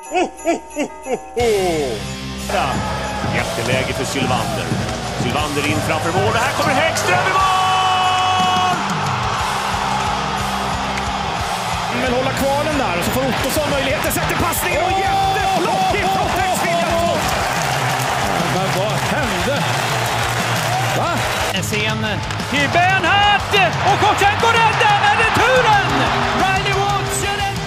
Jätteläge för Sylvander. Sylvander in framför mål. Här kommer Häggström i mål! Men hålla kvar den där och så får Ottosson möjligheten. Sätter passningen och jätteflott ifrån Textiljaton. Men vad hände? Va? En scen till Bernhardt och Kochenko räddar med returen! Riley Watts är den!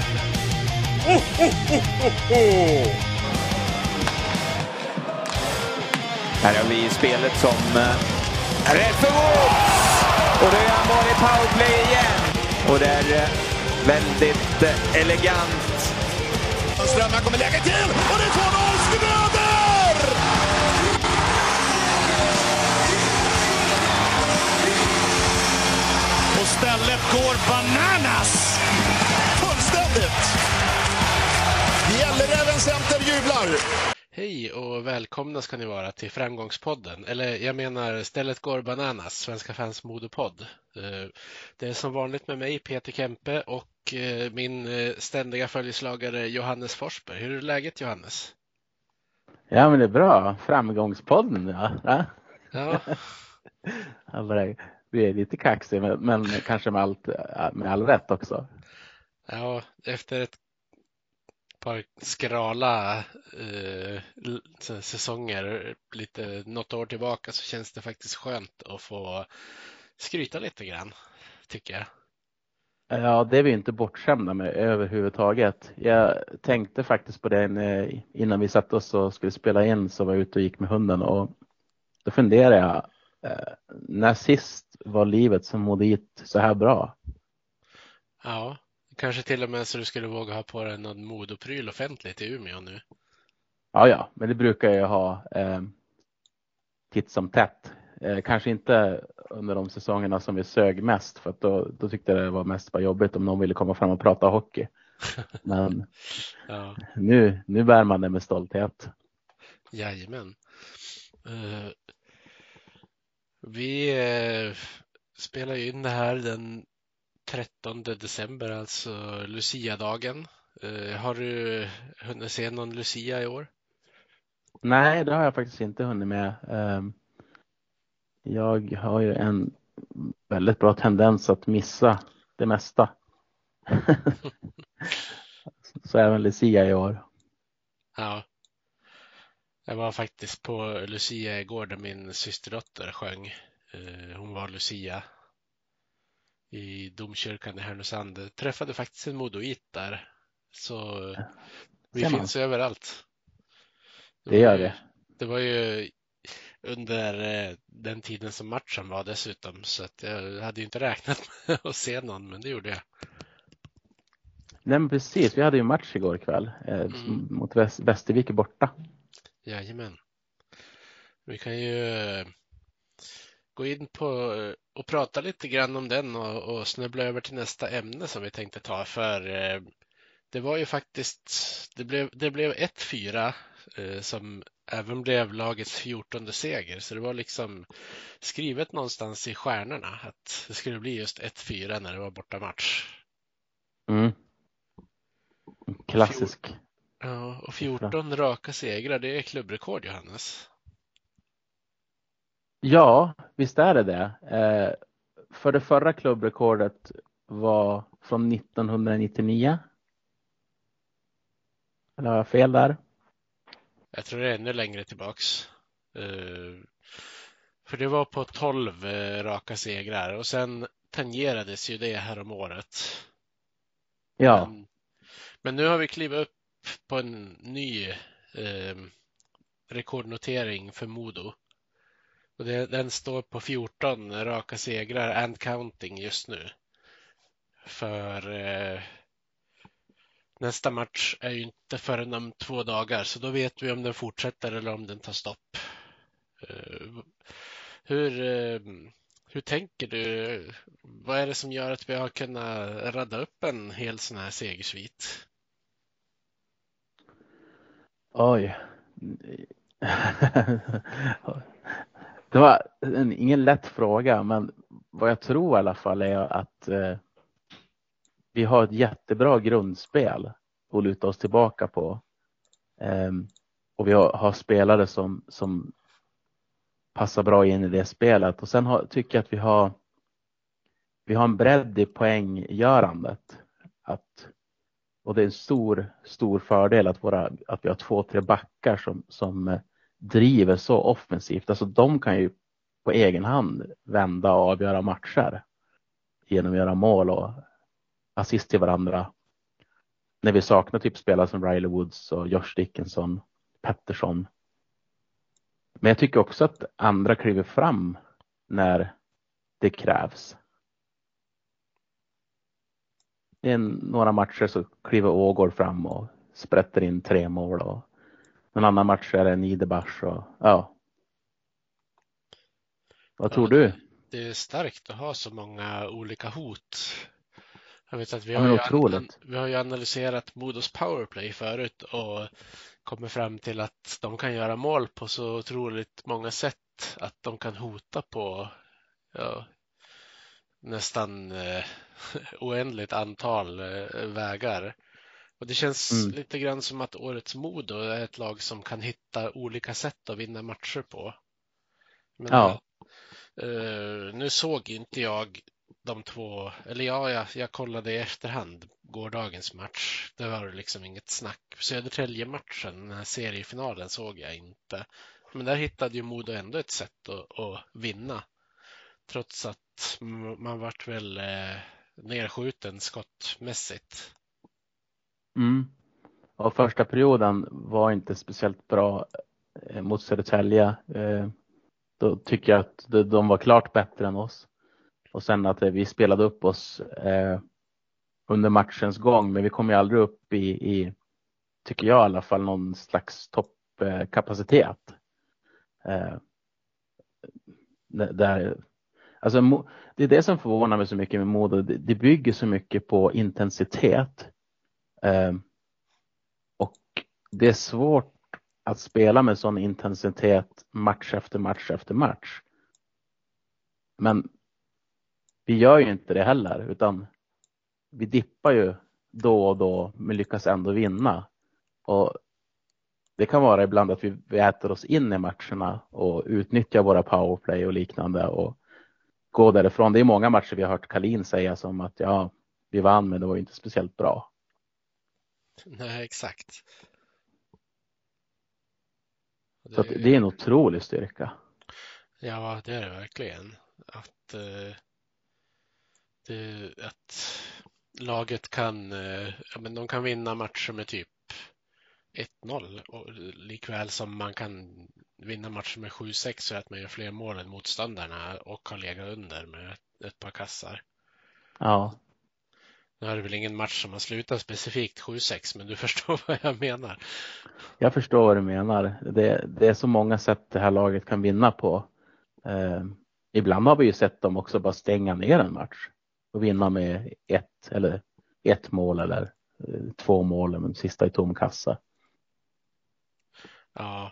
Här har vi spelet som är rätt för Watts! Och då är han mål i powerplay igen. Och det är väldigt elegant. Strömman kommer lägga till och det är 2-0 Schröder! Och stället går bananas! Fullständigt! Gälleräven Center jublar! Hej och välkomna ska ni vara till Framgångspodden. Eller jag menar stället går bananas, Svenska fans modepodd. Det är som vanligt med mig Peter Kempe och min ständiga följeslagare Johannes Forsberg. Hur är läget Johannes? Ja men det är bra, Framgångspodden ja. Ja. Vi är lite kaxiga men kanske med all rätt också. Ja, efter ett par skrala säsonger något år tillbaka så känns det faktiskt skönt att få skryta lite grann, tycker jag. Ja, det är vi inte bortskämda med överhuvudtaget. Jag tänkte faktiskt på det innan vi satt oss och skulle spela in, så var jag ute och gick med hunden och då funderade jag, när sist var livet som mådde hit så här bra? Ja, kanske till och med så du skulle våga ha på dig någon modopryl offentligt i Umeå nu. Ja, men det brukar jag ha titt som tätt. Kanske inte under de säsongerna som vi sög mest, för att då tyckte jag det var mest bara jobbigt om någon ville komma fram och prata hockey. Men ja. nu bär man det med stolthet. Jajamän. Vi spelar in det här den 13 december, alltså Lucia-dagen. Har du hunnit se någon Lucia i år? Nej, det har jag faktiskt inte hunnit med. Jag har ju en väldigt bra tendens att missa det mesta. Så även Lucia i år. Ja. Jag var faktiskt på Lucia igår där min systerdotter sjöng. Hon var Lucia i domkyrkan i Härnösand. Jag träffade faktiskt en modoit där. Så vi finns överallt. Det gör det. Det var ju under den tiden som matchen var dessutom, så att jag hade ju inte räknat med att se någon, men det gjorde jag. Nej men precis, vi hade ju match igår kväll mot Västervik borta. Jajamän. Vi kan ju gå in på och prata lite grann om den och snubbla över till nästa ämne som vi tänkte ta, för det var ju faktiskt, det blev 1-4 som även blev lagets 14:e seger, så det var liksom skrivet någonstans i stjärnorna att det skulle bli just 1-4 när det var bortamatch. Klassisk. Ja, och 14 raka segrar, det är klubbrekord, Johannes. Ja, visst är det. För det förra klubbrekordet var från 1999. Eller har jag fel där? Jag tror det är ännu längre tillbaks. För det var på 12 raka segrar och sen tangerades ju det här om året. Ja. Men nu har vi klivit upp på en ny rekordnotering för Modo. Och den står på 14 raka segrar and counting just nu. För nästa match är ju inte förrän om 2 dagar, så då vet vi om den fortsätter eller om den tar stopp. Hur tänker du? Vad är det som gör att vi har kunnat radda upp en hel sån här segersvit? Oj. Det var ingen lätt fråga, men vad jag tror i alla fall är att vi har ett jättebra grundspel att luta oss tillbaka på. Och vi har spelare som passar bra in i det spelet. Och sen tycker jag att vi har en bredd i poänggörandet. Och det är en stor fördel att vi har 2-3 backar som driver så offensivt. Alltså de kan ju på egen hand vända och avgöra matcher genom att göra mål och assist till varandra. När vi saknar typ spelare som Riley Woods och Josh Dickinson, Pettersson. Men jag tycker också att andra kliver fram när det krävs. I några matcher så kliver Ågård fram och sprätter in 3 mål. Och en annan match är det Niederbach. Och, ja. Vad tror du? Det är starkt att ha så många olika hot. Jag vet att vi har ju analyserat Modos powerplay förut och kommer fram till att de kan göra mål på så otroligt många sätt att de kan hota på nästan oändligt antal vägar. Och det känns lite grann som att årets Modo är ett lag som kan hitta olika sätt att vinna matcher på. Men nu såg inte jag de två, eller jag kollade i efterhand gårdagens match. Det var liksom inget snack. Södertälje-matchen, den här seriefinalen, såg jag inte. Men där hittade ju Modo ändå ett sätt att vinna. Trots att man vart väl nerskjuten skottmässigt. Och första perioden var inte speciellt bra mot Södertälje. Då tycker jag att de var klart bättre än oss. Och sen att vi spelade upp oss under matchens gång. Men vi kom ju aldrig upp i tycker jag i alla fall, någon slags toppkapacitet. Alltså, det är det som förvånar mig så mycket med Modo. Det bygger så mycket på intensitet. Och det är svårt att spela med sån intensitet match efter match efter match. Men vi gör ju inte det heller, utan vi dippar ju då och då men lyckas ändå vinna. Och det kan vara ibland att vi äter oss in i matcherna och utnyttjar våra powerplay och liknande och gå därifrån. Det är många matcher vi har hört Kalin säga som att vi vann men det var inte speciellt bra. Nej, exakt. Så att det är en otrolig styrka. Ja, det är det verkligen. Att laget kan, de kan vinna matcher med typ 1-0 och likväl som man kan vinna matcher med 7-6 för att man gör fler mål än motståndarna och har legat under med ett par kassar. Ja. Nu är det väl ingen match som har slutat specifikt 7-6, men du förstår vad jag menar. Jag förstår vad du menar. Det är så många sätt det här laget kan vinna på. Ibland har vi ju sett dem också bara stänga ner en match och vinna med ett mål eller 2 mål, men sista i tom kassa. Ja.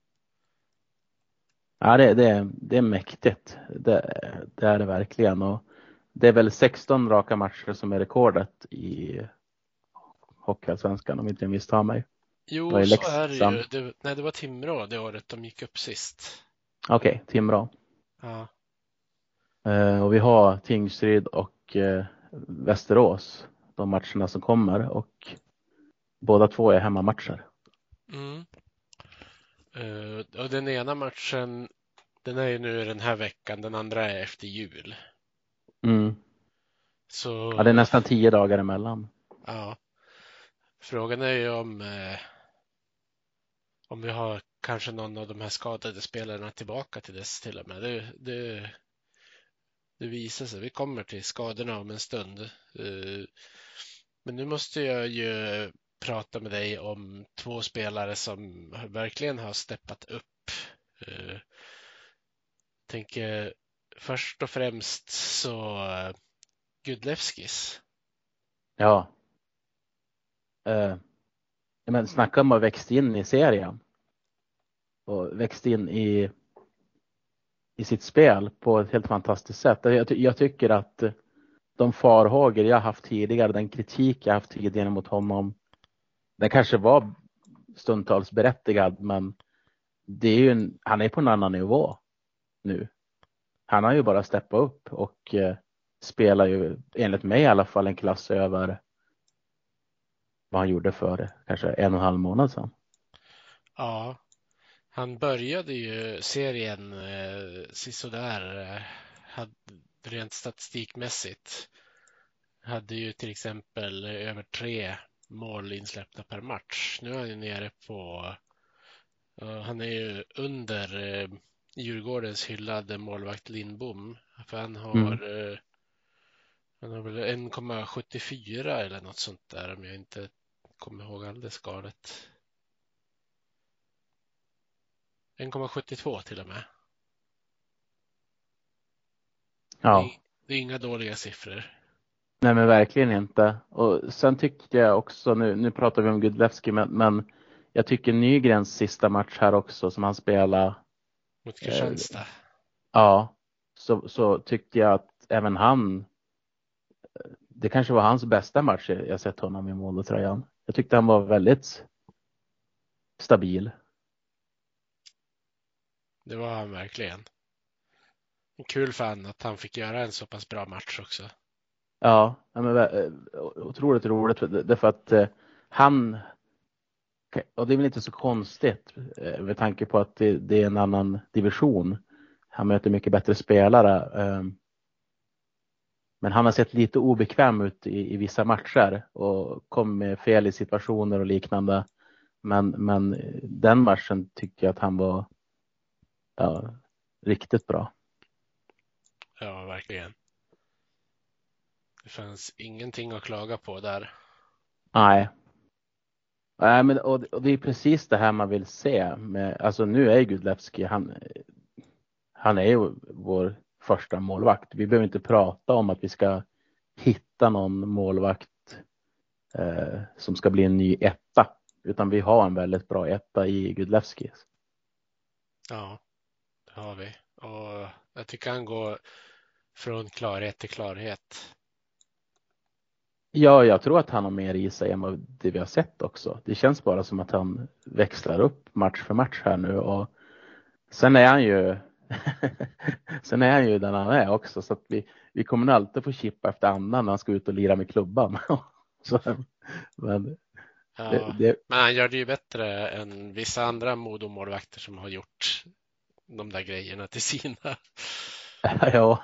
Ja, det är mäktigt. Det är det verkligen. Och det är väl 16 raka matcher som är rekordet i Hockeyallsvenskan om inte jag misstar mig. Jo, så är det ju. Det var Timrå det året de gick upp sist. Okej, Timrå. Ja. Och vi har Tingsryd och Västerås, de matcherna som kommer, och båda två är hemmamatcher. Och den ena matchen, den är ju nu den här veckan, den andra är efter jul. Så, ja, det är nästan 10 dagar emellan. Ja. Frågan är ju om vi har kanske någon av de här skadade spelarna tillbaka till dess till och med. Det visar sig. Vi kommer till skadorna om en stund. Men nu måste jag ju prata med dig om 2 spelare som verkligen har steppat upp. Tänker först och främst så Gudlevskis. Ja. Men snacka om att växt in i serien. Och växt in i sitt spel på ett helt fantastiskt sätt. Jag tycker att de farhågor jag haft tidigare, den kritik jag haft tidigare mot honom den kanske var stundtals berättigad, men det är ju han är på en annan nivå nu. Han har ju bara steppat upp och spelar ju enligt mig i alla fall en klass över vad han gjorde för kanske 1,5 månad sedan. Ja, han började ju serien sisådär, rent statistikmässigt. Hade ju till exempel över 3 mål insläppta per match. Nu är han ju nere på, han är ju under Djurgårdens hyllade målvakt Lindbom. För han har väl 1,74 eller något sånt där, om jag inte kommer ihåg alldeles galet. 1,72 till och med. Ja. Det är inga dåliga siffror. Nej, men verkligen inte. Och sen tyckte jag också, nu pratar vi om Gudlewski, men jag tycker Nygrens sista match här också som han spelar mot Kristianstad. Ja, så tyckte jag att även han, det kanske var hans bästa match jag sett honom i Modotröjan. Jag tyckte han var väldigt stabil. Det var han verkligen. Kul för han att han fick göra en så pass bra match också. Ja, men otroligt roligt därför att han, och det är väl inte så konstigt med tanke på att det är en annan division. Han möter mycket bättre spelare. Men han har sett lite obekväm ut i vissa matcher och kom med fel i situationer och liknande. Men den matchen tycker jag att han var riktigt bra. Ja, verkligen. Det fanns ingenting att klaga på där. Nej, men och det är precis det här man vill se. Alltså nu är Gudlewski, han är ju vår första målvakt. Vi behöver inte prata om att vi ska hitta någon målvakt som ska bli en ny etta. Utan vi har en väldigt bra etta i Gudlewski. Ja, det har vi. Och jag tycker han går från klarhet till klarhet. Ja, jag tror att han har mer i sig än vad det vi har sett också. Det känns bara som att han växlar upp match för match här nu. Och sen är han ju den han är också. Så att vi kommer alltid få chippa efter annan när han ska ut och lira med klubban. Så, men han gör det ju bättre än vissa andra Modo-målvakter som har gjort de där grejerna till sina. Ja.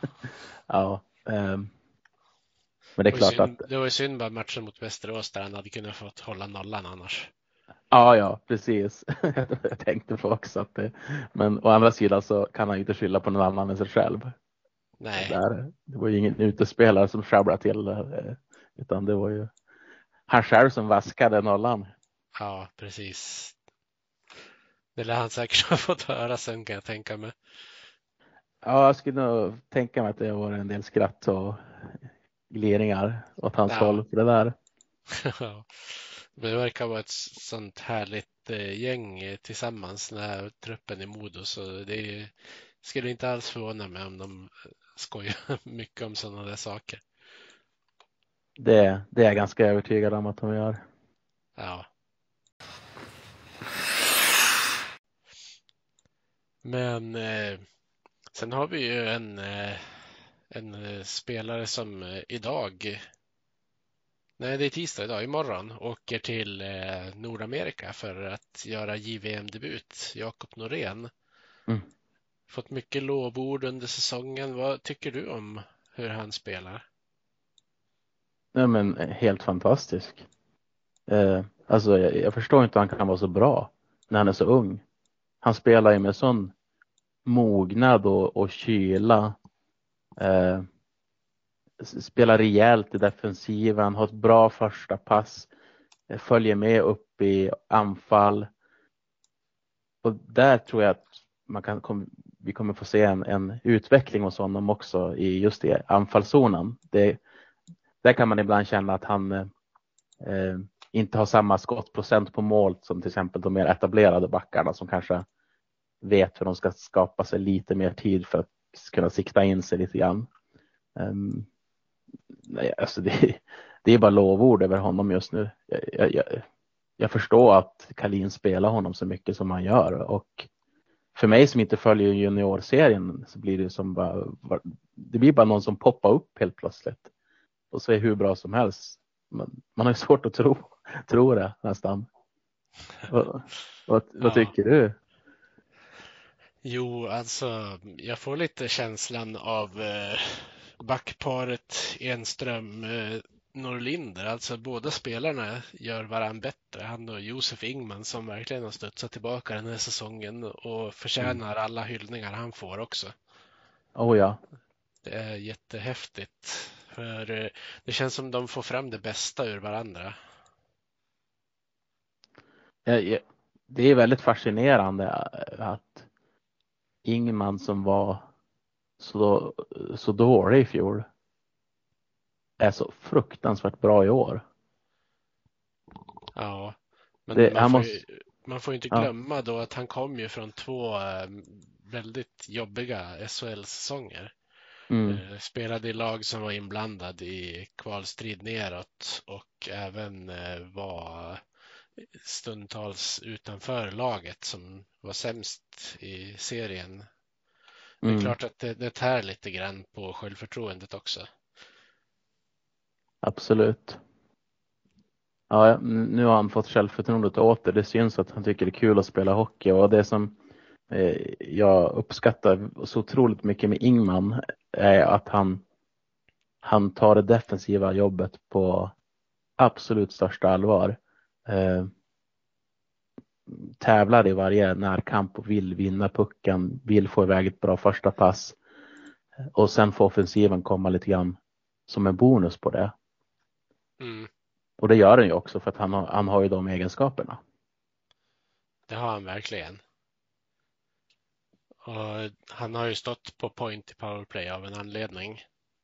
Men det är klart att det var ju synd bara matchen mot Västerås där han hade kunnat fått hålla nollan annars. Ja, precis. Jag tänkte på också att men å andra sidan så kan han ju inte skylla på någon annan än sig själv. Nej. Det var ju ingen utespelare som sjabblade till det, utan det var ju han själv som vaskade nollan. Ja, precis. Det lär han säkert ha fått höra sen, kan jag tänka mig. Ja, jag skulle nog tänka mig att det var en del skratt och gleringar åt hans håll för det där. Men det verkar vara ett sånt härligt gäng tillsammans, den här truppen i Modo, så det skulle inte alls förvåna mig om de skojar mycket om sådana där saker. Det är jag ganska övertygad om att de gör. Ja. Men sen har vi ju en spelare som idag, nej det är tisdag idag, imorgon åker till Nordamerika för att göra JVM-debut, Jakob Norén. Fått mycket lovord under säsongen. Vad tycker du om hur han spelar? Nej, men helt fantastisk. Alltså jag förstår inte hur han kan vara så bra när han är så ung. Han spelar ju med sån mognad och kyla. Spelar rejält i defensiven, har ett bra första pass, följer med upp i anfall. Och där tror jag att vi kommer få se en utveckling hos honom också i just i anfallszonen. Där kan man ibland känna att han inte har samma skottprocent på mål som till exempel de mer etablerade backarna som kanske vet hur de ska skapa sig lite mer tid för att kunna sikta in sig lite grann. Nej, alltså det är bara lovord över honom just nu. jag förstår att Kalin spelar honom så mycket som han gör. Och för mig som inte följer juniorserien så blir det som det blir bara någon som poppar upp helt plötsligt. Och så är hur bra som helst. Man har ju svårt att tro det nästan. Vad tycker du? Jo, alltså jag får lite känslan av backparet Enström Norlinder. Alltså båda spelarna gör varann bättre. Han och Josef Ingman som verkligen har studsat tillbaka den här säsongen och förtjänar alla hyllningar han får också. Oh ja. Det är jättehäftigt. För det känns som de får fram det bästa ur varandra. Det är väldigt fascinerande att Ingman som var så dålig i fjol är så fruktansvärt bra i år. Ja, men man får ju inte glömma Ja. då att han kom ju från 2 väldigt jobbiga SHL-säsonger. Spelade i lag som var inblandad i kvalstrid neråt och även var stundtals utanför laget som var sämst i serien. Det är klart att det tär lite grann på självförtroendet också. Absolut. Ja, nu har han fått självförtroendet åter. Det syns att han tycker det är kul att spela hockey. Och det som jag uppskattar så otroligt mycket med Ingman är att han tar det defensiva jobbet på absolut största allvar. Tävlar i varje närkamp och vill vinna pucken, vill få iväg ett bra första pass. Och sen får offensiven komma lite grann som en bonus på det. Och det gör han ju också för att han har ju de egenskaperna. Det har han verkligen. Och han har ju stått på point i powerplay av en anledning.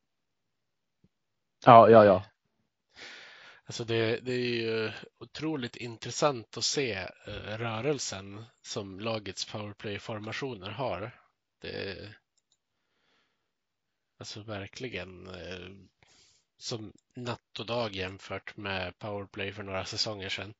Ja. Alltså det är ju otroligt intressant att se rörelsen som lagets powerplay-formationer har. Det är alltså verkligen som natt och dag jämfört med powerplay för några säsonger sedan.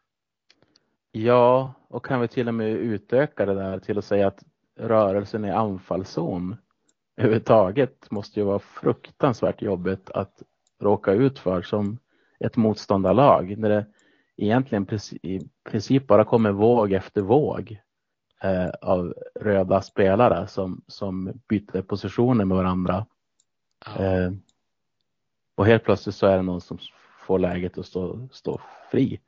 Ja, och kan vi till och med utöka det där till att säga att rörelsen i anfallszon överhuvudtaget måste ju vara fruktansvärt jobbigt att råka ut för som ett motståndarlag. När det egentligen i princip bara kommer våg efter våg av röda spelare som byter positioner med varandra. Ja. Och helt plötsligt så är det någon som får läget att stå fri.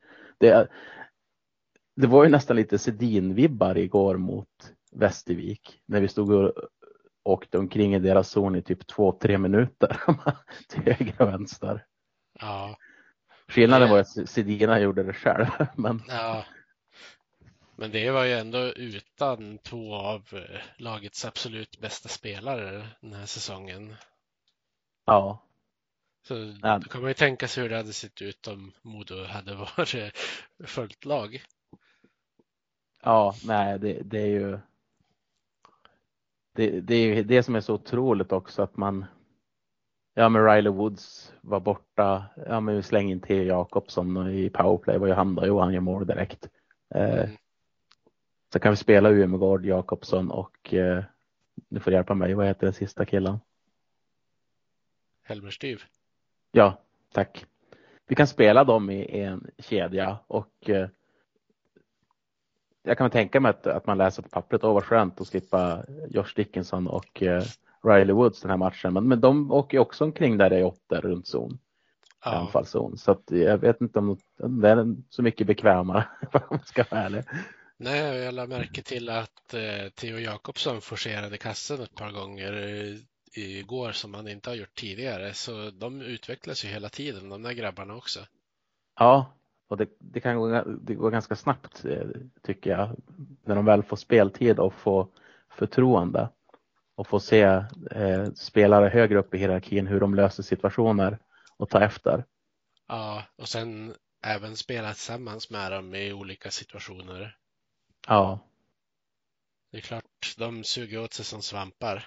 Det var ju nästan lite Sedin-vibbar igår mot Västervik. När vi stod och åkte omkring i deras zon i typ 2-3 minuter. Till höger och vänster. Ja. Skillnaden var att Sedina gjorde det själv. Men det var ju ändå utan 2 av lagets absolut bästa spelare den här säsongen. Ja. Så då kan man ju tänka sig hur det hade sett ut om Modo hade varit fullt lag. Ja, nej, det är ju det är ju det som är så otroligt också att men Riley Woods var borta. Ja, men vi slänger in till Jakobsson i powerplay. Vad han då? Han gör mål direkt. Så kan vi spela Umegård, Jakobsson och du får hjälpa mig. Vad heter den sista killen? Helmerstyv. Ja, tack. Vi kan spela dem i en kedja och jag kan tänka mig att man läser på pappret. Vad skönt att slippa Josh Dickinson och Riley Woods den här matchen. Men de åker ju också omkring där det är 8 runt zon. Ja. Anfallszon. Så att jag vet inte om det är så mycket bekvämare. Om man ska vara ärlig. Nej, jag lade märke till att Theo Jakobsson forcerade kassen ett par gånger igår som han inte har gjort tidigare. Så de utvecklas ju hela tiden, de där grabbarna också. Ja, och det kan gå ganska snabbt tycker jag. När de väl får speltid och får förtroende. Och får se spelare högre upp i hierarkin hur de löser situationer och ta efter. Ja, och sen även spela tillsammans med dem i olika situationer. Ja. Det är klart, de suger åt sig som svampar.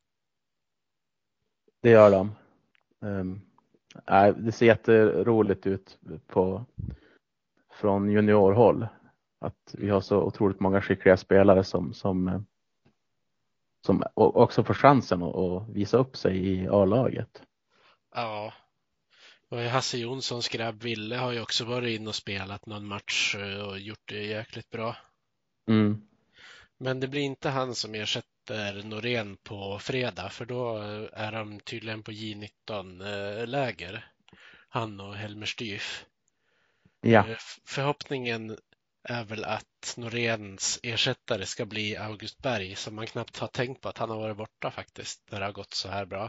Det gör de. Det ser jätteroligt ut från juniorhåll. Att vi har så otroligt många skickliga spelare som också får chansen att visa upp sig i A-laget. Ja, och Hasse Jonssons grabb Ville har ju också varit in och spelat någon match och gjort det jäkligt bra. Mm. Men det blir inte han som ersätter Norén på fredag, för då är de tydligen på J19-läger. Han och Helmer Styf. Ja. Förhoppningen är väl att Noréns ersättare ska bli August Berg, som man knappt har tänkt på att han har varit borta faktiskt, när det har gått så här bra.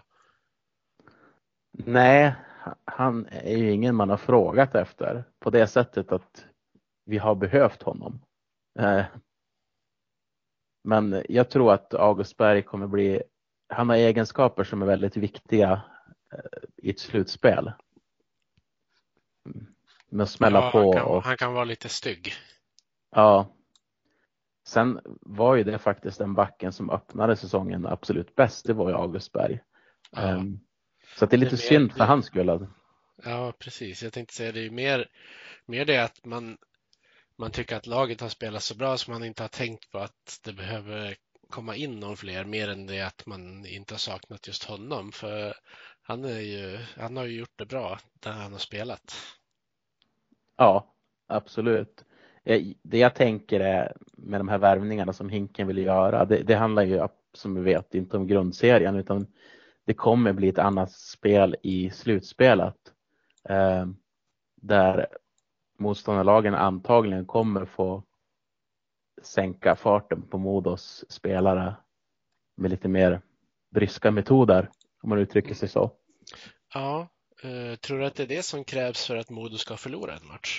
Nej, han är ju ingen man har frågat efter på det sättet att vi har behövt honom. Men jag tror att August Berg kommer bli, han har egenskaper som är väldigt viktiga i ett slutspel. Med att smälla på. Han kan vara lite stygg. Ja. Sen var ju det faktiskt den backen som öppnade säsongen absolut bäst. Det var ju August Berg. Ja. Så att det är lite synd för hans skull. Ja, precis. Jag tänkte säga det är ju mer det att man tycker att laget har spelat så bra som man inte har tänkt på att det behöver komma in någon fler, mer än det att man inte har saknat just honom. För han har ju gjort det bra där han har spelat. Ja, absolut. Det jag tänker är med de här värvningarna som Hinken vill göra, det handlar ju som vi vet inte om grundserien, utan det kommer bli ett annat spel i slutspelet där motståndarlagen antagligen kommer få sänka farten på Modos spelare med lite mer bryska metoder, om man uttrycker sig så. Ja, tror du att det är det som krävs för att Modo ska förlora en match?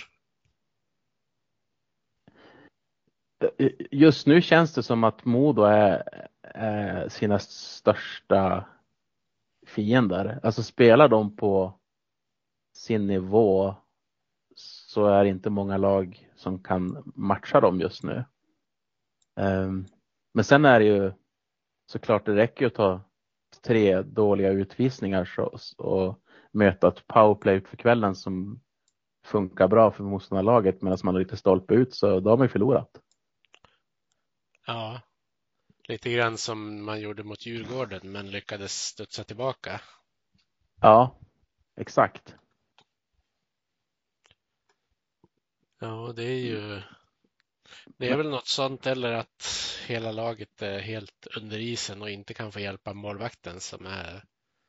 Just nu känns det som att Modo är sina största fiender. Alltså spelar de på sin nivå så är det inte många lag som kan matcha dem just nu. Men sen är det ju såklart, det räcker ju att ta 3 dåliga utvisningar och möta ett powerplay för kvällen som funkar bra för motståndarlaget medan man har lite stolpe ut, så då har man ju förlorat. Ja, lite grann som man gjorde mot Djurgården men lyckades studsa tillbaka. Ja, exakt. Ja, det är väl något sånt, eller att hela laget är helt under isen och inte kan få hjälpa målvakten som är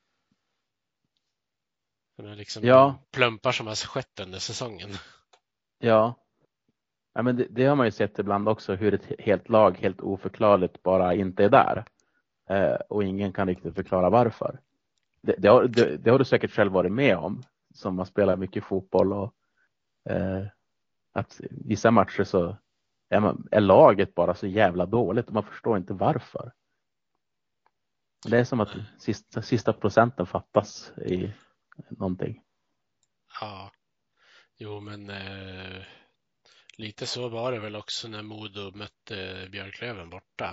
liksom plumpar som har skett under säsongen. Ja, men det har man ju sett ibland också, hur ett helt lag helt oförklarligt bara inte är där. Och ingen kan riktigt förklara varför. Det har du säkert själv varit med om, som har spelat mycket fotboll, och att vissa matcher så är laget bara så jävla dåligt och man förstår inte varför. Det är som att sista procenten fattas i någonting. Ja, jo men lite så var det väl också när Modo mötte Björklöven borta.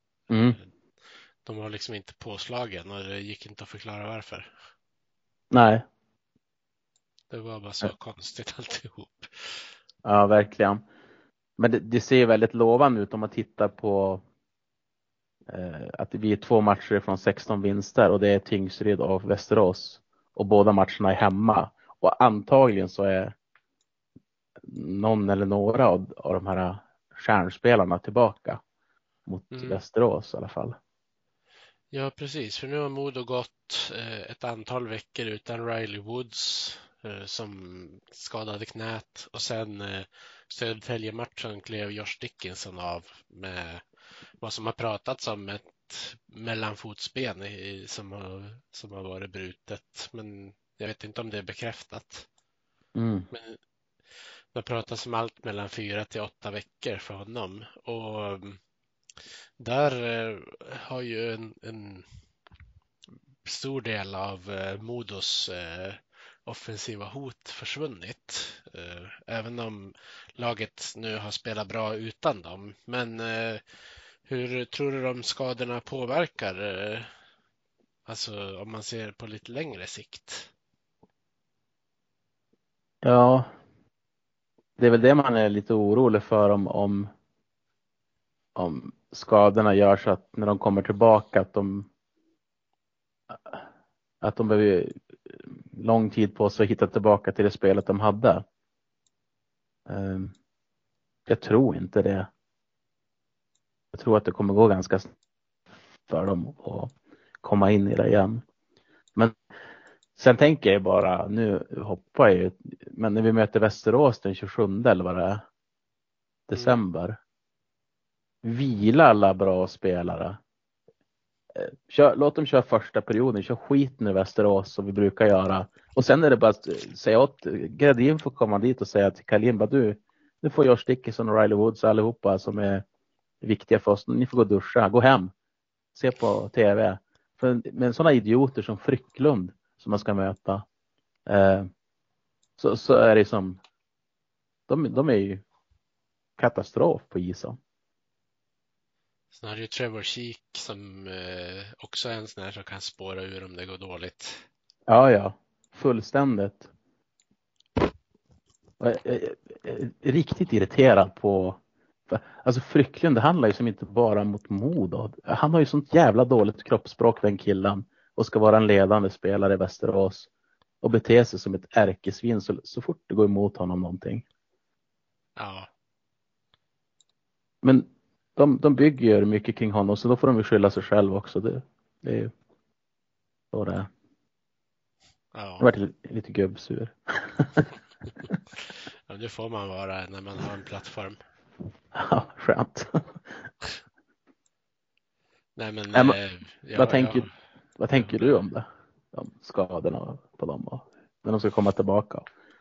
De var liksom inte påslagen och det gick inte att förklara varför. Nej. Det var bara så konstigt alltihop. Ja, verkligen. Men det ser väldigt lovande ut om man tittar på att vi är 2 matcher från 16 vinster, och det är Tingsryd och Västerås. Och båda matcherna är hemma. Och antagligen så är någon eller några av de här stjärnspelarna tillbaka mot Västerås i alla fall. Ja, precis. För nu har Modo gått ett antal veckor utan Riley Woods som skadade knät. Och sen Södertälje-matchen klev Josh Dickinson av med vad som har pratats om ett mellanfotsben som har varit brutet. Men jag vet inte om det är bekräftat. Men det pratas om allt mellan 4 till 8 veckor för honom. Och där har ju en stor del av Modos offensiva hot försvunnit. Även om laget nu har spelat bra utan dem. Men hur tror du de skadorna påverkar? Alltså om man ser på lite längre sikt. Ja. det är väl det man är lite orolig för om skadorna gör så att när de kommer tillbaka att de behöver lång tid på sig att hitta tillbaka till det spelet de hade. Jag tror inte det. Jag tror att det kommer gå ganska för dem att komma in i det igen. Men sen tänker jag bara, nu hoppar jag ju, men när vi möter Västerås den 27 eller vad det är, december. Vila alla bra spelare. Låt dem köra första perioden, kör skiten i Västerås som vi brukar göra. Och sen är det bara att säga åt Gradin får komma dit och säga till Kalin, du får Josh Dickinson och Riley Woods allihopa som är viktiga för oss. Ni får gå och duscha, gå hem, se på tv. Men sådana idioter som Frycklund som man ska möta, så är det som de är ju katastrof på isen. Sen har du ju Trevor Sheek som också är en sån här som kan spåra ur om det går dåligt. Ja, fullständigt. Jag är riktigt irriterad på, alltså Frycklund, det handlar ju som inte bara mot Modo. Han har ju sånt jävla dåligt kroppsspråk, den killen, och ska vara en ledande spelare i Västerås och bete sig som ett ärkesvin så fort det går emot honom någonting. Ja. Men de bygger ju mycket kring honom, så då får de ju skylla sig själv också. Det är ju så det är. Ja. Jag har varit lite gubbsur. Ja, det får man vara när man har en plattform. Ja, skönt. Nej, men vad tänker du om det? De skadorna på dem och när de ska komma tillbaka?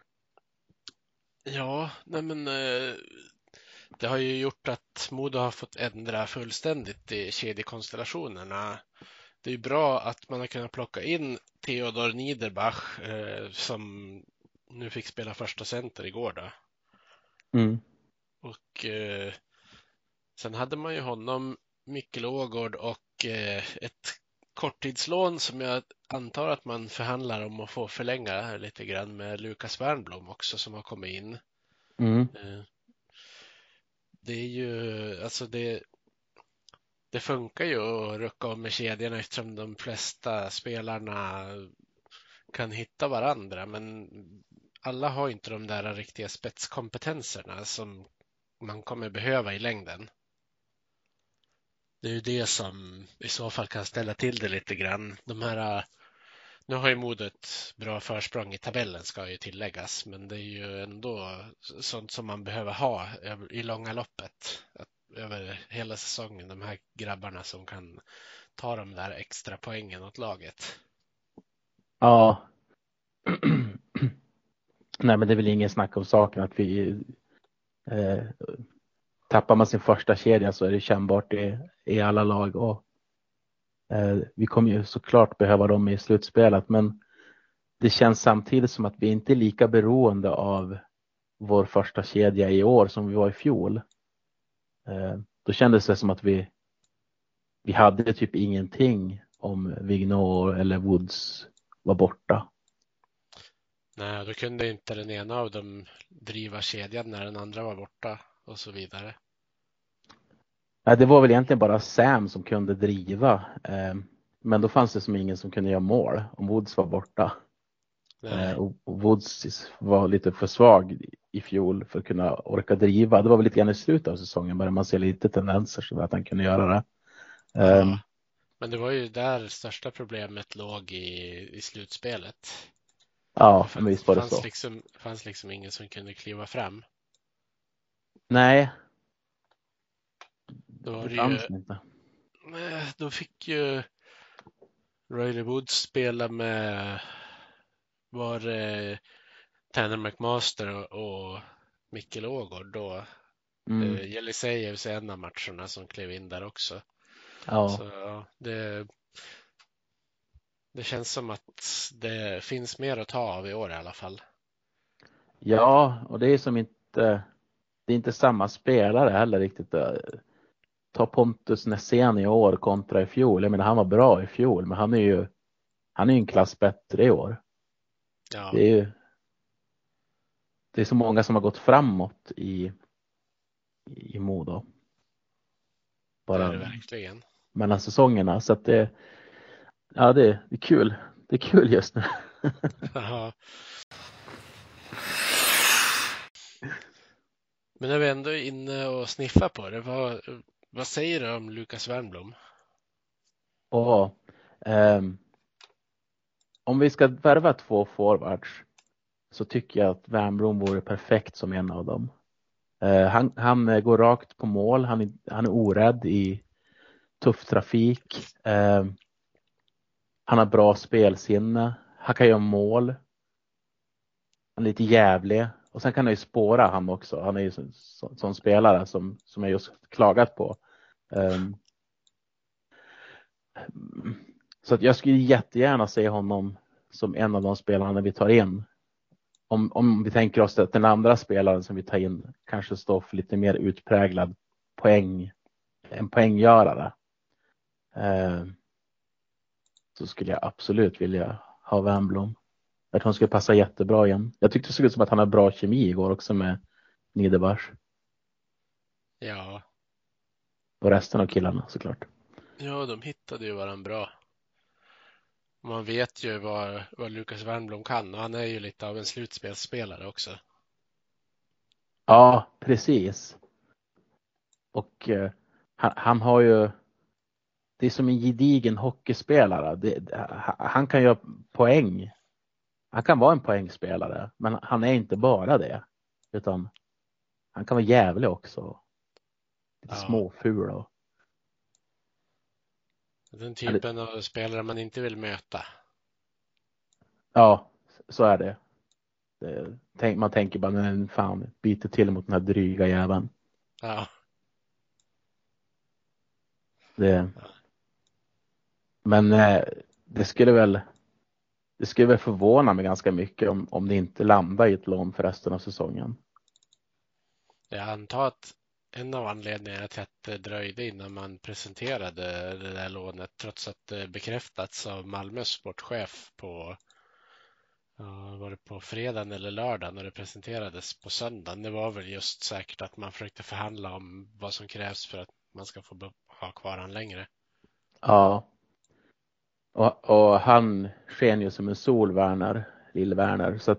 Ja, nej men det har ju gjort att Modo har fått ändra fullständigt i kedjekonstellationerna. Det är ju bra att man har kunnat plocka in Theodor Niederbach som nu fick spela första center igår då. Och sen hade man ju honom, Mikkel Ågård och ett korttidslån som jag antar att man förhandlar om att få förlänga lite grann med Lukas Wernbloom också som har kommit in. Det är ju, alltså det funkar ju att rucka om med kedjorna eftersom de flesta spelarna kan hitta varandra, men alla har inte de där riktiga spetskompetenserna som man kommer behöva i längden. Det är ju det som i så fall kan ställa till det lite grann. Nu har ju Modo ett bra försprång i tabellen, ska ju tilläggas, men det är ju ändå sånt som man behöver ha i långa loppet. Över hela säsongen, de här grabbarna som kan ta de där extra poängen åt laget. Ja. Nej, men det är väl ingen snack om saken att vi tappar man sin första kedja så är det kännbart i alla lag och vi kommer ju såklart behöva dem i slutspelet, men det känns samtidigt som att vi inte är lika beroende av vår första kedja i år som vi var i fjol. Då kändes det som att vi hade typ ingenting om Vigneault eller Woods var borta. Nej, då kunde inte den ena av dem driva kedjan när den andra var borta och så vidare. Nej, det var väl egentligen bara Sam som kunde driva. Men då fanns det som ingen som kunde göra mål om Woods var borta. Och Woods var lite för svag i fjol för att kunna orka driva. Det var väl lite grann i slutet av säsongen började man se lite tendenser så att han kunde göra det. Ja, men det var ju där största problemet låg i slutspelet. Ja, men visst var det så. Det fanns liksom ingen som kunde kliva fram. Nej. Då var det ju, inte. Då fick ju Riley Woods spela med Tanner McMaster och Mikkel Ågård då. Jelisejevs är en av matcherna som klev in där också. Ja. Så det känns som att det finns mer att ta av i år i alla fall. Ja, och det är som inte, det är inte samma spelare heller riktigt. Ta Pontus Nässén i år kontra i fjol. Jag menar, han var bra i fjol, men han är ju en klass bättre i år. Ja. Det är ju det är så många som har gått framåt i Modo. Det är Bara det verkligen. mellan säsongerna. Så att det är kul. Det är kul just nu. Ja. Men när vi ändå är inne och sniffar på det, vad säger du om Lukas Wernbloom? Och om vi ska värva 2 forwards så tycker jag att Wernbloom vore perfekt som en av dem. Han går rakt på mål. Han är orädd i tuff trafik. Han har bra spelsinne. Han kan göra mål. Han är lite jävlig. Och sen kan han ju spåra han också. Han är ju sån spelare som jag just klagat på. Så att jag skulle jättegärna se honom som en av de spelarna vi tar in. Om vi tänker oss att den andra spelaren som vi tar in kanske står för lite mer utpräglad en poänggörare. Så skulle jag absolut vilja ha Wernbloom. Jag tror han skulle passa jättebra igen. Jag tyckte det såg ut som att han har bra kemi igår också med Niederbach. Ja. Och resten av killarna såklart. Ja, de hittade ju varandra bra. Man vet ju vad Lukas Wernbloom kan och han är ju lite av en slutspelsspelare också. Ja, precis. Och han har ju, det är som en gedigen hockeyspelare. Han kan göra poäng. Han kan vara en poängspelare, men han är inte bara det. Utan han kan vara jävlig också. Lite småful och... Den typen av spelare man inte vill möta. Ja, så är det. Man tänker bara, men fan, biter till mot den här dryga jäveln. Ja. Men det skulle väl förvåna mig ganska mycket om det inte landar i ett lån för resten av säsongen. Jag antar att en av anledningarna till att det dröjde innan man presenterade det där lånet, trots att det bekräftats av Malmös sportchef var det på fredagen eller lördagen när det presenterades på söndagen. Det var väl just säkert att man försökte förhandla om vad som krävs för att man ska få ha kvar han längre. Ja. Och han sken ju som en sol, Lill-Werner. Så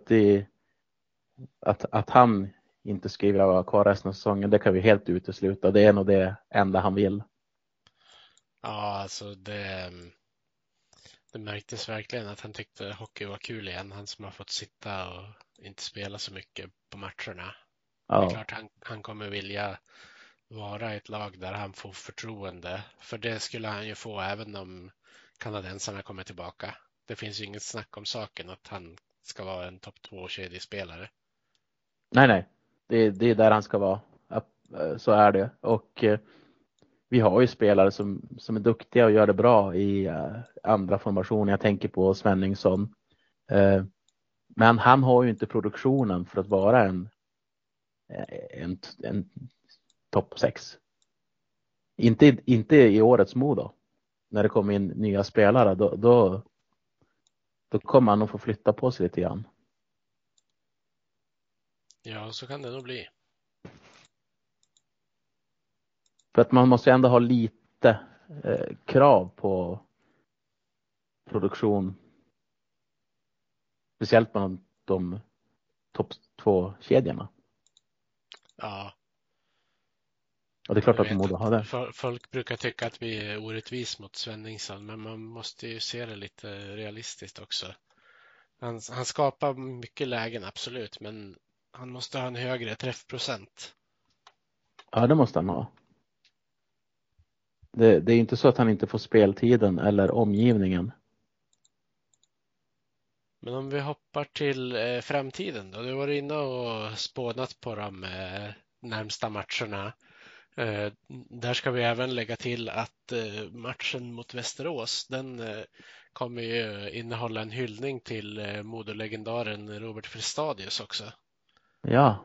att han inte skriver vara kvar resten av säsongen, det kan vi helt utesluta. Det är nog det enda han vill. Ja, alltså det märktes verkligen att han tyckte hockey var kul igen. Han som har fått sitta och inte spela så mycket på matcherna. Ja. Det är klart han kommer vilja vara ett lag där han får förtroende. För det skulle han ju få även om kanadensarna kommer tillbaka. Det finns ju inget snack om saken att han ska vara en topp 2-kedjespelare. Nej. Det är där han ska vara. Så är det. Och vi har ju spelare som är duktiga och gör det bra i andra formationer. Jag tänker på Svenningsson. Men han har ju inte produktionen för att vara en topp 6. Inte i årets Modo. När det kommer in nya spelare, då kommer han att få flytta på sig lite grann. Ja, så kan det nog bli. För att man måste ändå ha lite krav på produktion. Speciellt på de topp 2-kedjorna. Ja. Och det är klart att de borde ha det. Folk brukar tycka att vi är orättvis mot Svenningsson, men man måste ju se det lite realistiskt också. Han skapar mycket lägen, absolut, men han måste ha en högre träffprocent. Ja, det måste han ha. Det är inte så att han inte får speltiden eller omgivningen. Men om vi hoppar till framtiden då. Du var inne och spånat på de närmsta matcherna. Där ska vi även lägga till att matchen mot Västerås, den kommer ju innehålla en hyllning till Modo-legendaren Robert Fristadius också. Ja.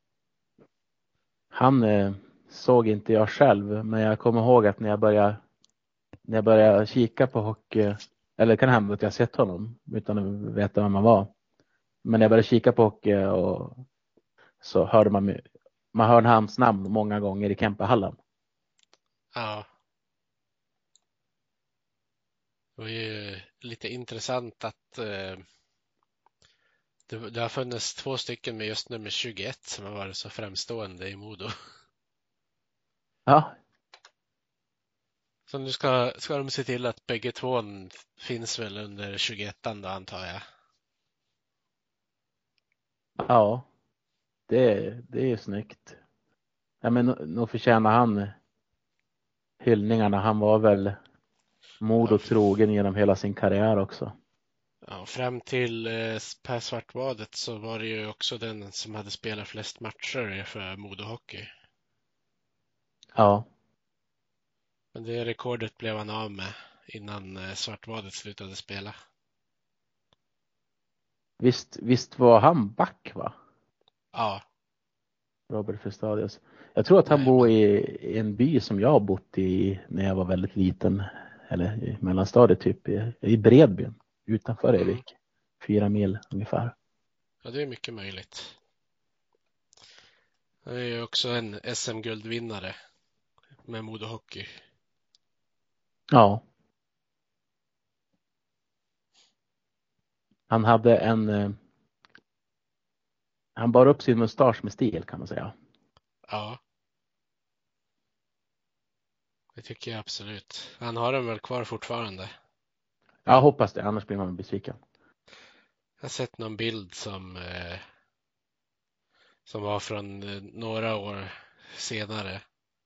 Han såg inte jag själv, men jag kommer ihåg att när jag började kika på hockey, eller kan hända att jag sett honom utan att veta vem han var. Men när jag började kika på hockey och så hörde man hörde hans namn många gånger i Kempehallen. Ja. Det var ju lite intressant att det har funnits 2 stycken med just nummer 21 som har varit så framstående i Modo. Ja, Så nu ska de se till att bägge två finns väl under 21 då, antar jag. ja. Det är snyggt. Ja, men nog förtjänar han hyllningarna. Han var väl Modo trogen genom hela sin karriär också. Ja, fram till Per Svartvadet så var det ju också den som hade spelat flest matcher för Modo Hockey. Ja, Men det rekordet blev han av med innan Svartvadet slutade spela. visst var han back, va? Ja, Robert Festadius. Jag tror att han bor i en by som jag har bott i när jag var väldigt liten. Eller i mellanstadiet typ. I Bredbyn. Utanför Evik. 4 mil ungefär. ja, det är mycket möjligt. Han är ju också en SM-guldvinnare med Modo Hockey. Ja. Han hade han bar upp sin mustasch med stil, kan man säga. Ja. Det tycker jag absolut. Han har den väl kvar fortfarande. Jag hoppas det, annars blir man besviken. Jag har sett någon bild som var från några år senare.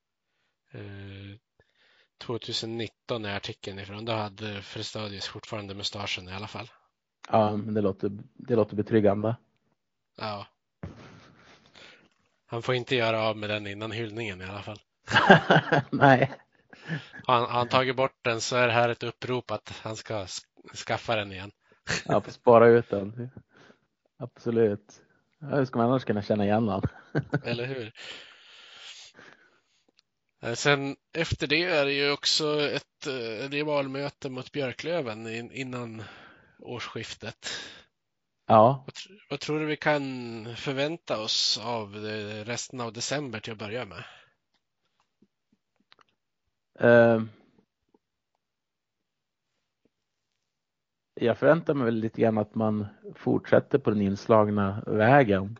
2019 är artikeln ifrån. Då hade Frestadius fortfarande mustaschen i alla fall. Ja, men det låter betryggande. Ja. Han får inte göra av med den innan hyllningen i alla fall. Nej. Har han tagit bort den så är det här ett upprop att han ska skaffa den igen. Ja, får spara ut den. Absolut. Hur ska man annars kunna känna igen den? Eller hur? Sen efter det är det ju också ett rivalmöte mot Björklöven innan årsskiftet. Ja. Vad tror du vi kan förvänta oss av resten av december till att börja med? Jag förväntar mig väl lite grann att man fortsätter på den inslagna vägen.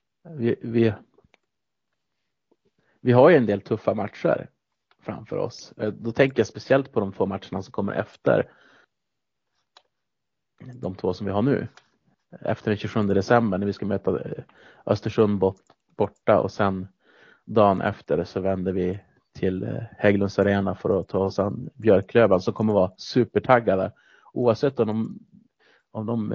Vi har ju en del tuffa matcher framför oss. Då tänker jag speciellt på de 2 matcherna som kommer efter de 2 som vi har nu. Efter den 27 december när vi ska möta Östersund borta och sen dagen efter så vänder vi till Hägglunds Arena för att ta oss an Björklöven som kommer vara supertaggade. Oavsett om de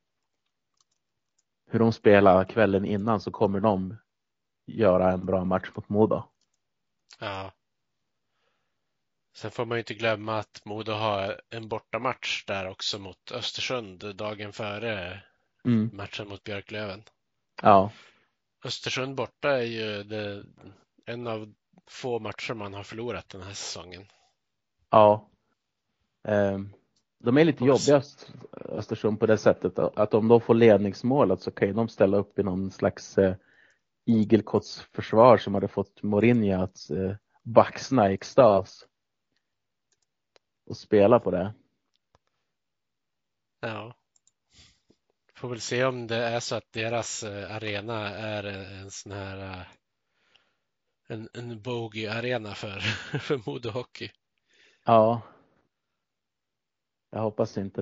hur de spelar kvällen innan så kommer de göra en bra match mot Modo. Ja. Sen får man ju inte glömma att Modo har en bortamatch där också mot Östersund dagen före matchen mot Björklöven. Ja. Östersund borta är ju en av få matcher man har förlorat den här säsongen. Ja. De är lite jobbiga Östersund på det sättet att om de får ledningsmålet så kan de ställa upp i någon slags igelkottsförsvar som hade fått Mourinho att baxna i extas och spela på det. Ja. Får väl se om det är så att deras arena är en sån här en bogey-arena för Modo Hockey. Ja. Jag hoppas inte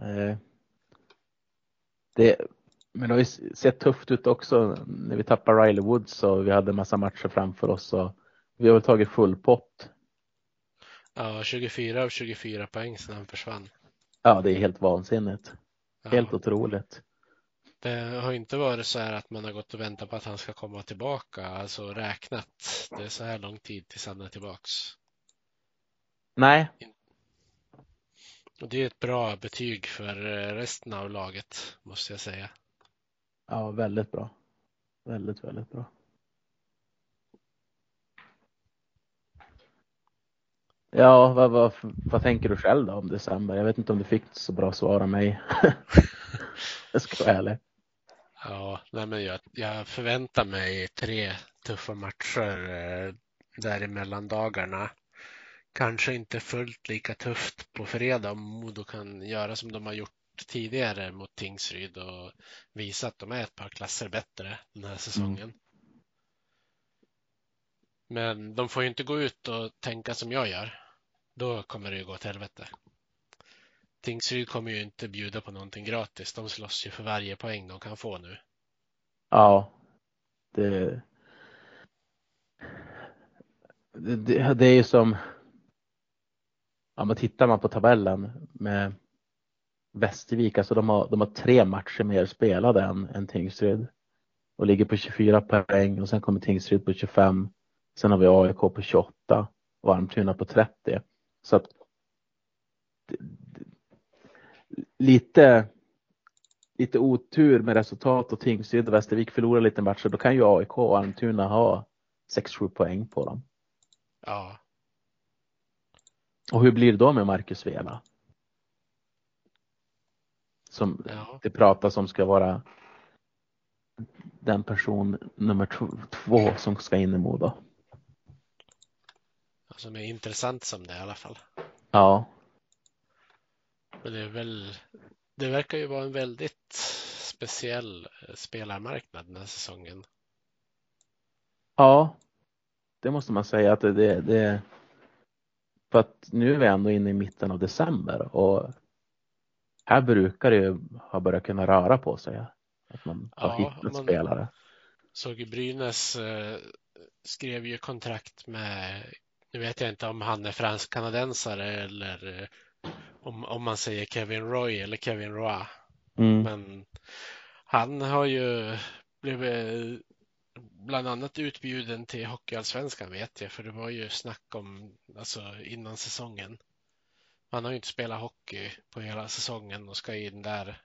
det. Men det har ju sett tufft ut också när vi tappar Riley Woods och vi hade en massa matcher framför oss och vi har väl tagit full pott. Ja, 24 av 24 poäng sedan han försvann. Ja, det är helt vansinnigt. Ja. Helt otroligt. Det har inte varit så här att man har gått och väntat på att han ska komma tillbaka, alltså räknat. Det är så här lång tid tills han är tillbaks. Nej. Och det är ett bra betyg för resten av laget, måste jag säga. Ja, väldigt bra. Väldigt, väldigt bra. Ja, vad tänker du själv då om december? Jag vet inte om du fick så bra svar av mig. Jag ska vara ärlig. Ja, nej men jag förväntar mig 3 tuffa matcher där i mellandagarna. Kanske inte fullt lika tufft på fredag om Modo kan göra som de har gjort tidigare mot Tingsryd och visa att de är ett par klasser bättre den här säsongen. Men de får ju inte gå ut och tänka som jag gör. Då kommer det ju gå åt helvete. Tingsryd kommer ju inte bjuda på någonting gratis. De slåss ju för varje poäng de kan få nu. Ja, det är ju som, ja, men tittar man på tabellen med Västervik, alltså de har 3 matcher mer spelade än Tingsryd och ligger på 24 poäng, och sen kommer Tingsryd på 25, sen har vi AIK på 28 och Almtuna på 30. Så att lite otur med resultat och Tingsryd och Västervik förlorar lite matcher, då kan ju AIK och Almtuna ha 6-7 poäng på dem. Ja. Och hur blir det då med Marcus Vela? Som det pratas om ska vara den person nummer 2 som ska in i Modo. Alltså det är intressant som det i alla fall. Ja. Men det verkar ju vara en väldigt speciell spelarmarknad den här säsongen. Ja, det måste man säga att det för att nu är vi ändå inne i mitten av december och här brukar det ju ha börjat kunna röra på sig. Att man har hittat spelare. Såg ju Brynäs skrev ju kontrakt med, nu vet jag inte om han är fransk-kanadensare eller om man säger Kevin Roy eller Kevin Roy. Men han har ju blivit bland annat utbjuden till Hockeyallsvenskan, vet jag, för det var ju snack om, alltså innan säsongen. Han har ju inte spelat hockey på hela säsongen och ska in där.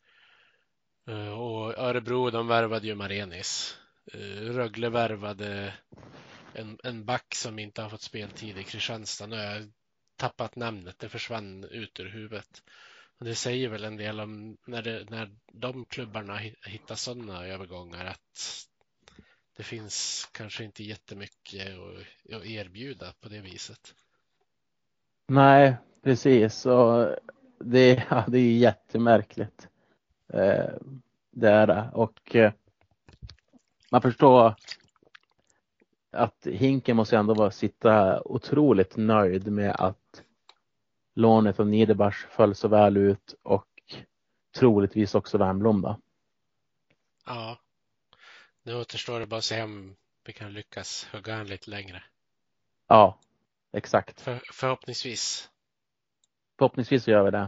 Och Örebro, de värvade ju Marenis. Rögle värvade en back som inte har fått speltid i Kristianstad. Nu har jag tappat namnet, det försvann ut ur huvudet. Och det säger väl en del om när de klubbarna hittar sådana övergångar att det finns kanske inte jättemycket att erbjuda på det viset. Nej, precis. Och det är jättemärkligt. Det är det. Och man förstår att Hinken måste ändå sitta otroligt nöjd med att lånet av Niederbach föll så väl ut och troligtvis också Wernbloom då. Ja, nu återstår det bara att se om vi kan lyckas hugga han lite längre. Ja, exakt. Förhoppningsvis. Förhoppningsvis så gör vi det.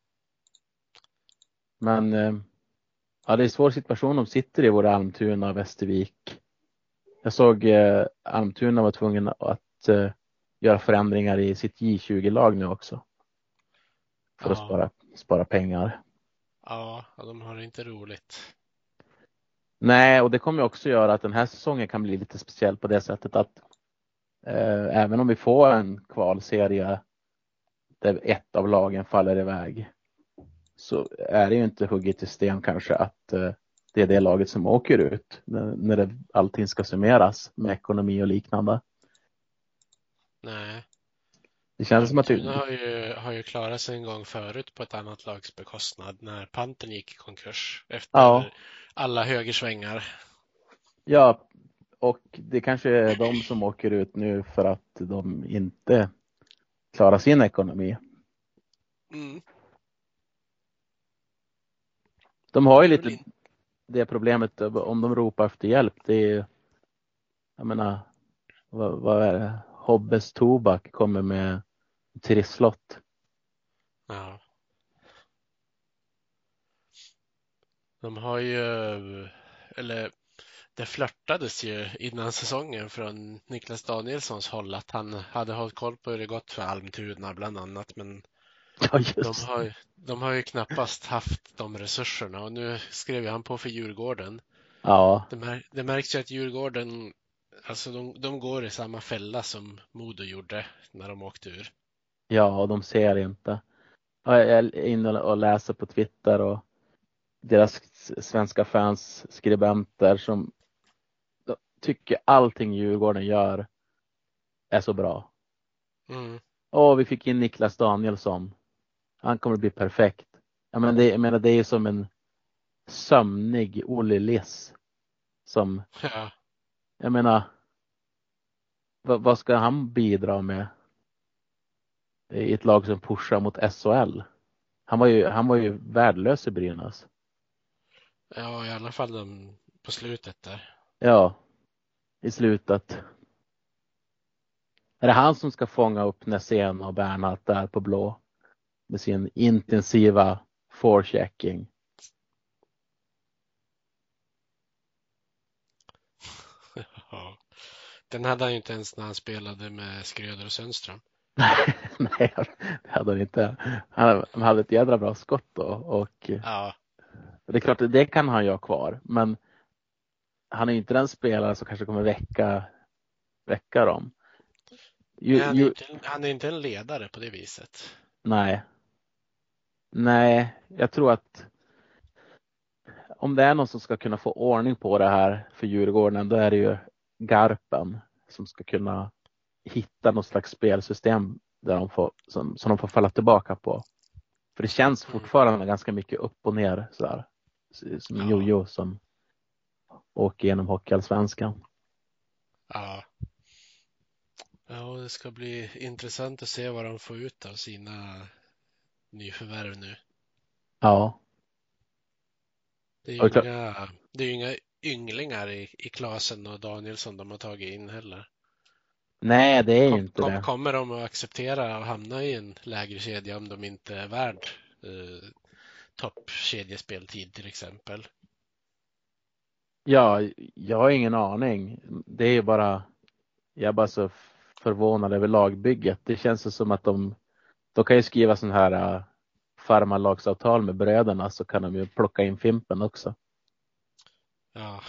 Men ja, det är en svår situation. De sitter i våra Almtuna och Västervik. Jag såg Almtuna var tvungen att göra förändringar i sitt J20-lag nu också. För att spara pengar. Ja, de har det inte roligt. Nej, och det kommer också göra att den här säsongen kan bli lite speciell på det sättet att även om vi får en kvalserie där ett av lagen faller iväg, så är det ju inte hugget i sten kanske att det är det laget som åker ut när allting ska summeras med ekonomi och liknande. Nej. Det känns som att har ju klarat sig en gång förut på ett annat lags bekostnad när Pantern gick i konkurs efter alla högersvängar. Ja, och det kanske är de som åker ut nu för att de inte klarar sin ekonomi. De har ju lite det problemet om de ropar efter hjälp. Det är, jag menar, vad är det? Hobbes Tobak kommer med trisslott. Ja. De har ju, eller det flörtades ju innan säsongen från Niklas Danielssons håll att han hade hållit koll på hur det gått för Almtuna bland annat, men de har ju knappast haft de resurserna och nu skrev han på för Djurgården. Ja. Det märks ju att Djurgården, alltså de går i samma fälla som Modo gjorde när de åkte ur. Ja, och de ser inte. Jag är inne och läser på Twitter och deras svenska fans, skribenter som tycker allting Djurgården gör är så bra. Vi fick in Niklas Danielsson. Han kommer att bli perfekt. Jag menar, det är som en sömnig Olle Liss som, jag menar, vad ska han bidra med i ett lag som pushar mot SHL? Han var ju värdelös i Brynäs. Ja, i alla fall på slutet där. Ja, i slutet. Är det han som ska fånga upp Nässén och Bernhardt där på blå med sin intensiva forechecking? Ja. Den hade han ju inte ens när han spelade med Skröder och Sundström. Nej, det hade han inte. Han hade ett jädra bra skott då. Och ja. Det är klart, det kan han ju ha kvar. Men han är ju inte den spelare som kanske kommer väcka dem. Han är inte en ledare på det viset. Nej, jag tror att om det är någon som ska kunna få ordning på det här för Djurgården, då är det ju Garpen som ska kunna hitta något slags spelsystem där som de får falla tillbaka på. För det känns fortfarande ganska mycket upp och ner sådär. Som en jojo som åker genom Hockeyallsvenskan. Ja. Ja, det ska bli intressant att se vad de får ut av sina nyförvärv nu. Ja. Det är ju inga ynglingar i Klasen och Danielsson de har tagit in heller. Nej, det är ju inte det. Kommer de att acceptera att hamna i en lägre kedja om de inte är värd toppkedjespeltid till exempel? Ja, jag har ingen aning. Det är ju bara, jag är bara så förvånad över lagbygget. Det känns som att de kan ju skriva sån här farmarlagsavtal med bröderna, så kan de ju plocka in Fimpen också. Ja.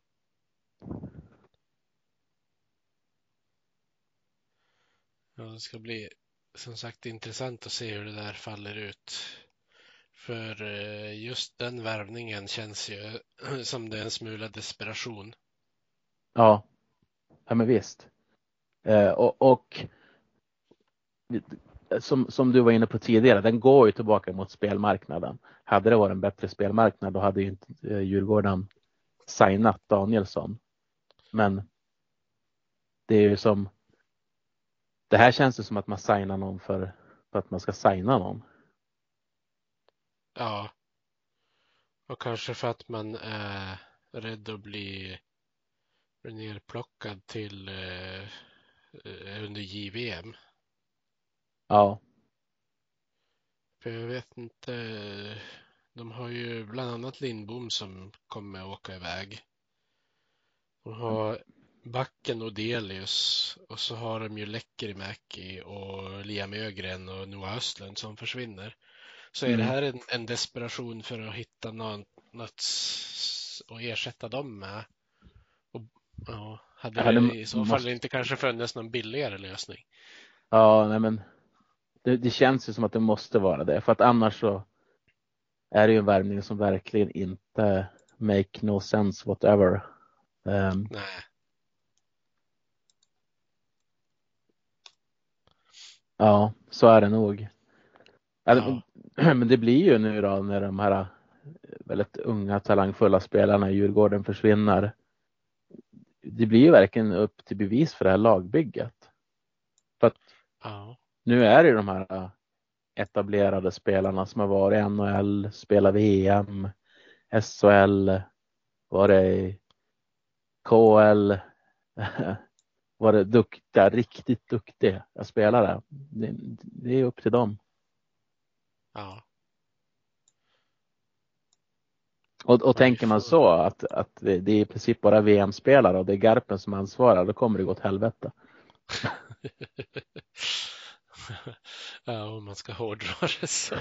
Ja, det ska bli som sagt intressant att se hur det där faller ut. För just den värvningen känns ju som det är en smula desperation. Ja, men visst. Och som du var inne på tidigare, den går ju tillbaka mot spelmarknaden. Hade det varit en bättre spelmarknad, då hade ju inte Djurgården signat Danielsson. Men det är ju som, det här känns det som att man signar någon för att man ska signa någon. Ja. Och kanske för att man är rädd att bli nerplockad till under JVM. Ja. För jag vet inte, de har ju bland annat Lindbom som kommer att åka iväg. De har Backen och Delius, och så har de ju Lekkerimäki och Liam Ögren och Noah Östlund som försvinner. Så är det här en desperation för att hitta något att ersätta dem med? Och, ja, hade det i så fall inte kanske funnits någon billigare lösning? Ja, nej men det känns ju som att det måste vara det. För att annars så är det ju en värvning som verkligen inte make no sense whatever. Nej. Ja, så är det nog. Ja. Men det blir ju nu då när de här väldigt unga talangfulla spelarna i Djurgården försvinner. Det blir ju verkligen upp till bevis för det här lagbygget. För att nu är det ju de här etablerade spelarna som har varit i NHL, spelar VM, SHL, var det KL, var det riktigt duktiga spelare. Det är upp till dem. Ja. Och tänker man så att det är i princip bara VM-spelare och det är Garpen som ansvarar, då kommer det gå åt helvete. Ja, om man ska hårdra det så.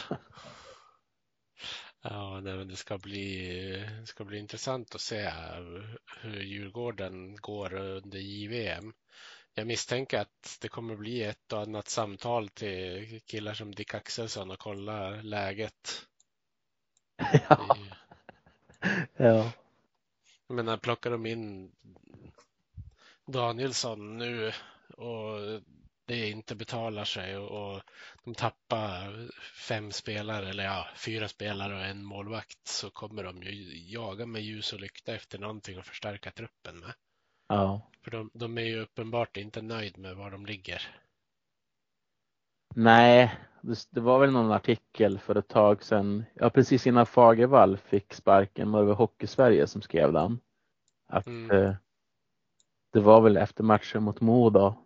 Ja, men det ska bli intressant att se hur Djurgården går under JVM. Jag misstänker att det kommer bli ett och annat samtal till killar som Dick Axelsson och kolla läget. Ja. Ja. Jag menar, plockar de in Danielsson nu och det inte betalar sig och de tappar 5 spelare eller 4 spelare och en målvakt, så kommer de ju jaga med ljus och lykta efter någonting att förstärka truppen med. Ja. För de är ju uppenbart inte nöjd med var de ligger. Nej, det var väl någon artikel för ett tag sedan. Ja, precis innan Fagervall fick sparken, var det Hockey Sverige som skrev den. Att det var väl efter matchen mot Modo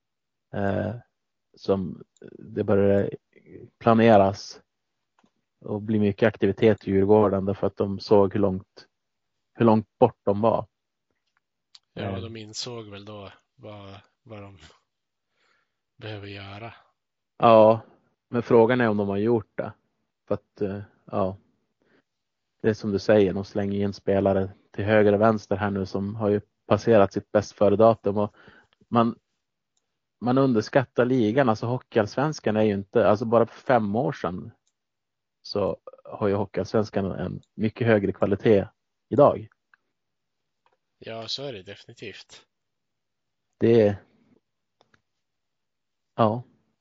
som det började planeras och bli mycket aktivitet i Djurgården, därför att de såg hur långt bort de var. Ja, de insåg väl då vad de behöver göra. Ja, men frågan är om de har gjort det. För att, ja, det är som du säger, de slänger in spelare till höger och vänster här nu som har ju passerat sitt bäst före datum. Och man underskattar ligan. Alltså Hockeyallsvenskan är ju inte, alltså bara för 5 år sedan så har ju Hockeyallsvenskan en mycket högre kvalitet idag. Ja, så är det definitivt. Ja.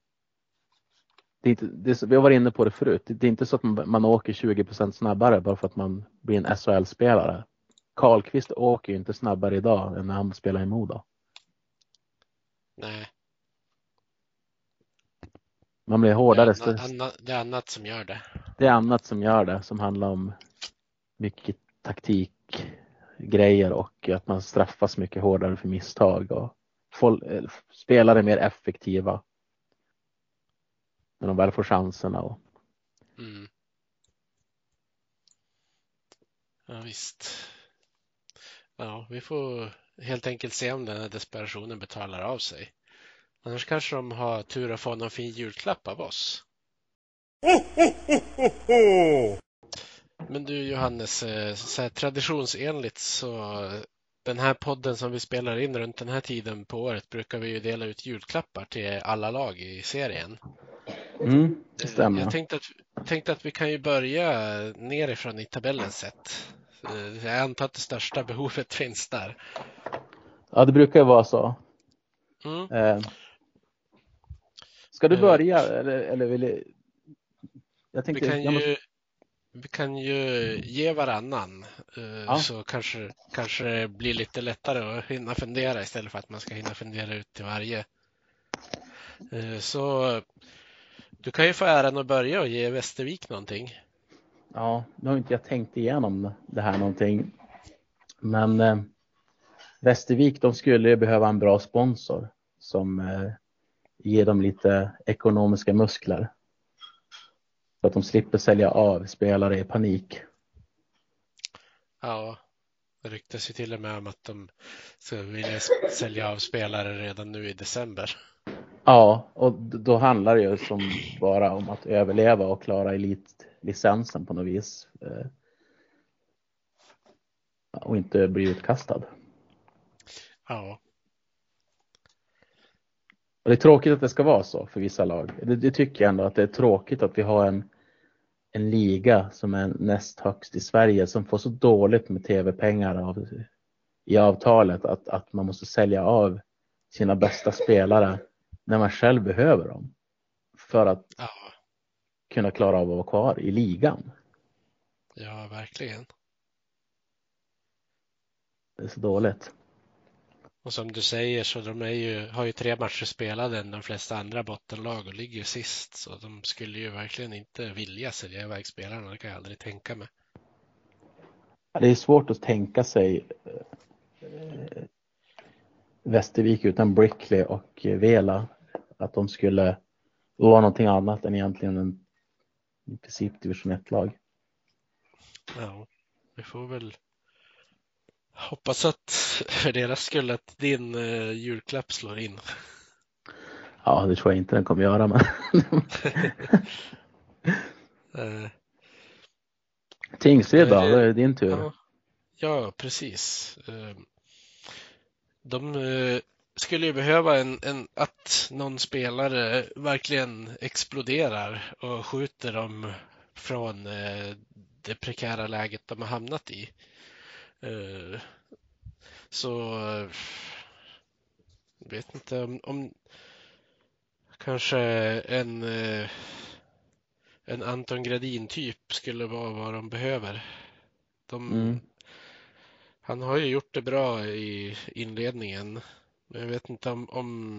Vi har varit inne på det förut. Det är inte så att man åker 20% snabbare bara för att man blir en SHL-spelare. Karlqvist åker ju inte snabbare idag än när han spelar i Modo. Nej. Man blir hårdare. Det är annat som gör det. Det är annat som gör det, som handlar om mycket taktikgrejer och att man straffas mycket hårdare för misstag och spelare är mer effektiva när de väl får chanserna. Ja, visst. Ja, vi får helt enkelt se om den här desperationen betalar av sig. Annars kanske de har tur att få någon fin julklapp av oss. Men du Johannes, så här traditionsenligt så den här podden som vi spelar in runt den här tiden på året brukar vi ju dela ut julklappar till alla lag i serien. Det stämmer. Jag tänkte att vi kan ju börja nerifrån i tabellen sett. Jag antar att det största behovet finns där. Ja, det brukar ju vara så. Ska du börja eller vill jag tänkte vi kan ju ge varannan så kanske det blir lite lättare att hinna fundera istället för att man ska hinna fundera ut till varje. Så du kan ju få äran att börja och ge Västervik någonting. Ja, nu har inte jag tänkt igenom det här någonting. Men Västervik, de skulle ju behöva en bra sponsor som ger dem lite ekonomiska muskler. Så att de slipper sälja av spelare i panik. Ja, det ryktas ju till och med om att de ska vilja sälja av spelare redan nu i december. Ja, och då handlar det ju som bara om att överleva och klara elitlicensen på något vis. Och inte bli utkastad. Ja. Och det är tråkigt att det ska vara så för vissa lag. Det tycker jag ändå, att det är tråkigt att vi har en liga som är näst högst i Sverige som får så dåligt med tv-pengar i avtalet att man måste sälja av sina bästa spelare när man själv behöver dem för att kunna klara av att vara kvar i ligan. Ja, verkligen. Det är så dåligt. Och som du säger så har ju 3 matcher spelade än de flesta andra bottenlag och ligger sist. Så de skulle ju verkligen inte vilja sälja iväg spelarna, det kan jag aldrig tänka mig. Det är svårt att tänka sig Västervik utan Brickley och Vela. Att de skulle vara någonting annat än egentligen en i princip division 1-lag. Ja, vi får väl hoppas att för deras skull att din julklapp slår in. Ja, det tror jag inte den kommer göra. Men Tingsryd då, det är din tur. Ja, precis. De skulle ju behöva att någon spelare verkligen exploderar och skjuter dem från det prekära läget de har hamnat i. Så jag vet inte om kanske en Anton Gradin typ skulle vara vad de behöver. Han har ju gjort det bra i inledningen. Men jag vet inte om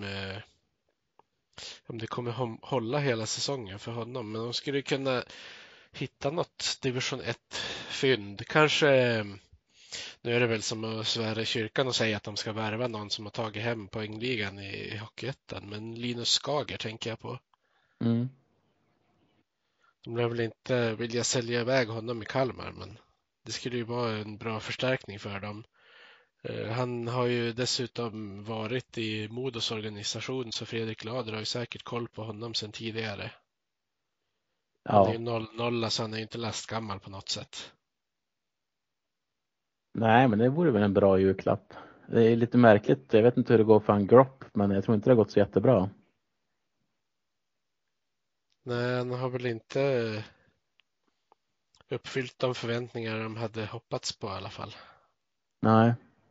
det kommer hålla hela säsongen för honom. Men de skulle kunna hitta något division 1-fynd. Kanske, nu är det väl som att svära i kyrkan och säga att de ska värva någon som har tagit hem poängligan i Hockeyettan. Men Linus Skager tänker jag på. De lär väl inte vilja sälja iväg honom i Kalmar, men det skulle ju vara en bra förstärkning för dem. Han har ju dessutom varit i Modos organisation, så Fredrik Lader har ju säkert koll på honom sedan tidigare. Han är ju 0-0, så han är ju inte lastgammal på något sätt. Nej, men det vore väl en bra julklapp. Det är lite märkligt. Jag vet inte hur det går för en Gropp, men jag tror inte det har gått så jättebra. Nej, han har väl inte uppfyllt de förväntningar de hade hoppats på i alla fall. Nej.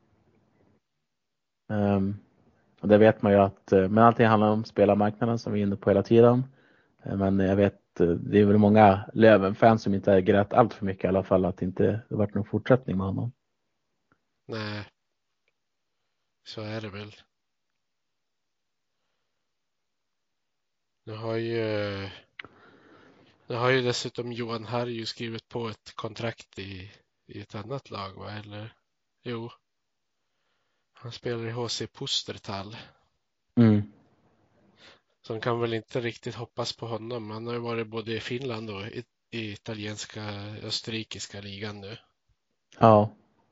Och det vet man ju att, men allting handlar om spelarmarknaden som vi är inne på hela tiden. Men jag vet, det är väl många Löven-fans som inte har grät allt för mycket i alla fall, att det inte har varit någon fortsättning med honom. Nej, så är det väl. Nu har ju dessutom Johan Harju skrivit på ett kontrakt i ett annat lag, va? Eller? Jo. Han spelar i HC Pustertal. Så de kan väl inte riktigt hoppas på honom. Han har ju varit både i Finland och i italienska, österrikiska ligan nu. Ja.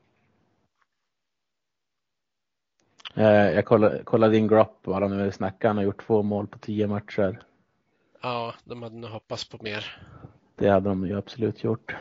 Jag kollade in Gropp, vad han nu snackade. Han har gjort 2 mål på 10 matcher. Ja, de hade nog hoppats på mer. Det hade de ju absolut gjort.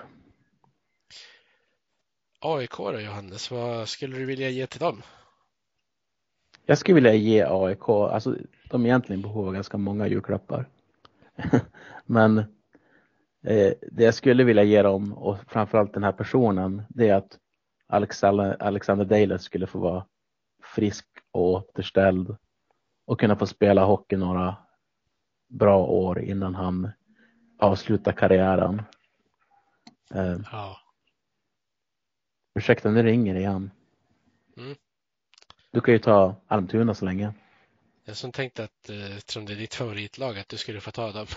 AIK då, Johannes, vad skulle du vilja ge till dem? Jag skulle vilja ge AIK, alltså de är egentligen behöver ganska många julklappar. Men det jag skulle vilja ge dem, och framförallt den här personen, det är att Alexander Dejles skulle få vara frisk och återställd och kunna få spela hockey några bra år innan han avslutar karriären. Ja. Ursäkta, nu ringer igen. Du kan ju ta Almtuna så länge. Jag som tänkte att eftersom det är ditt favoritlag att du skulle få ta dem.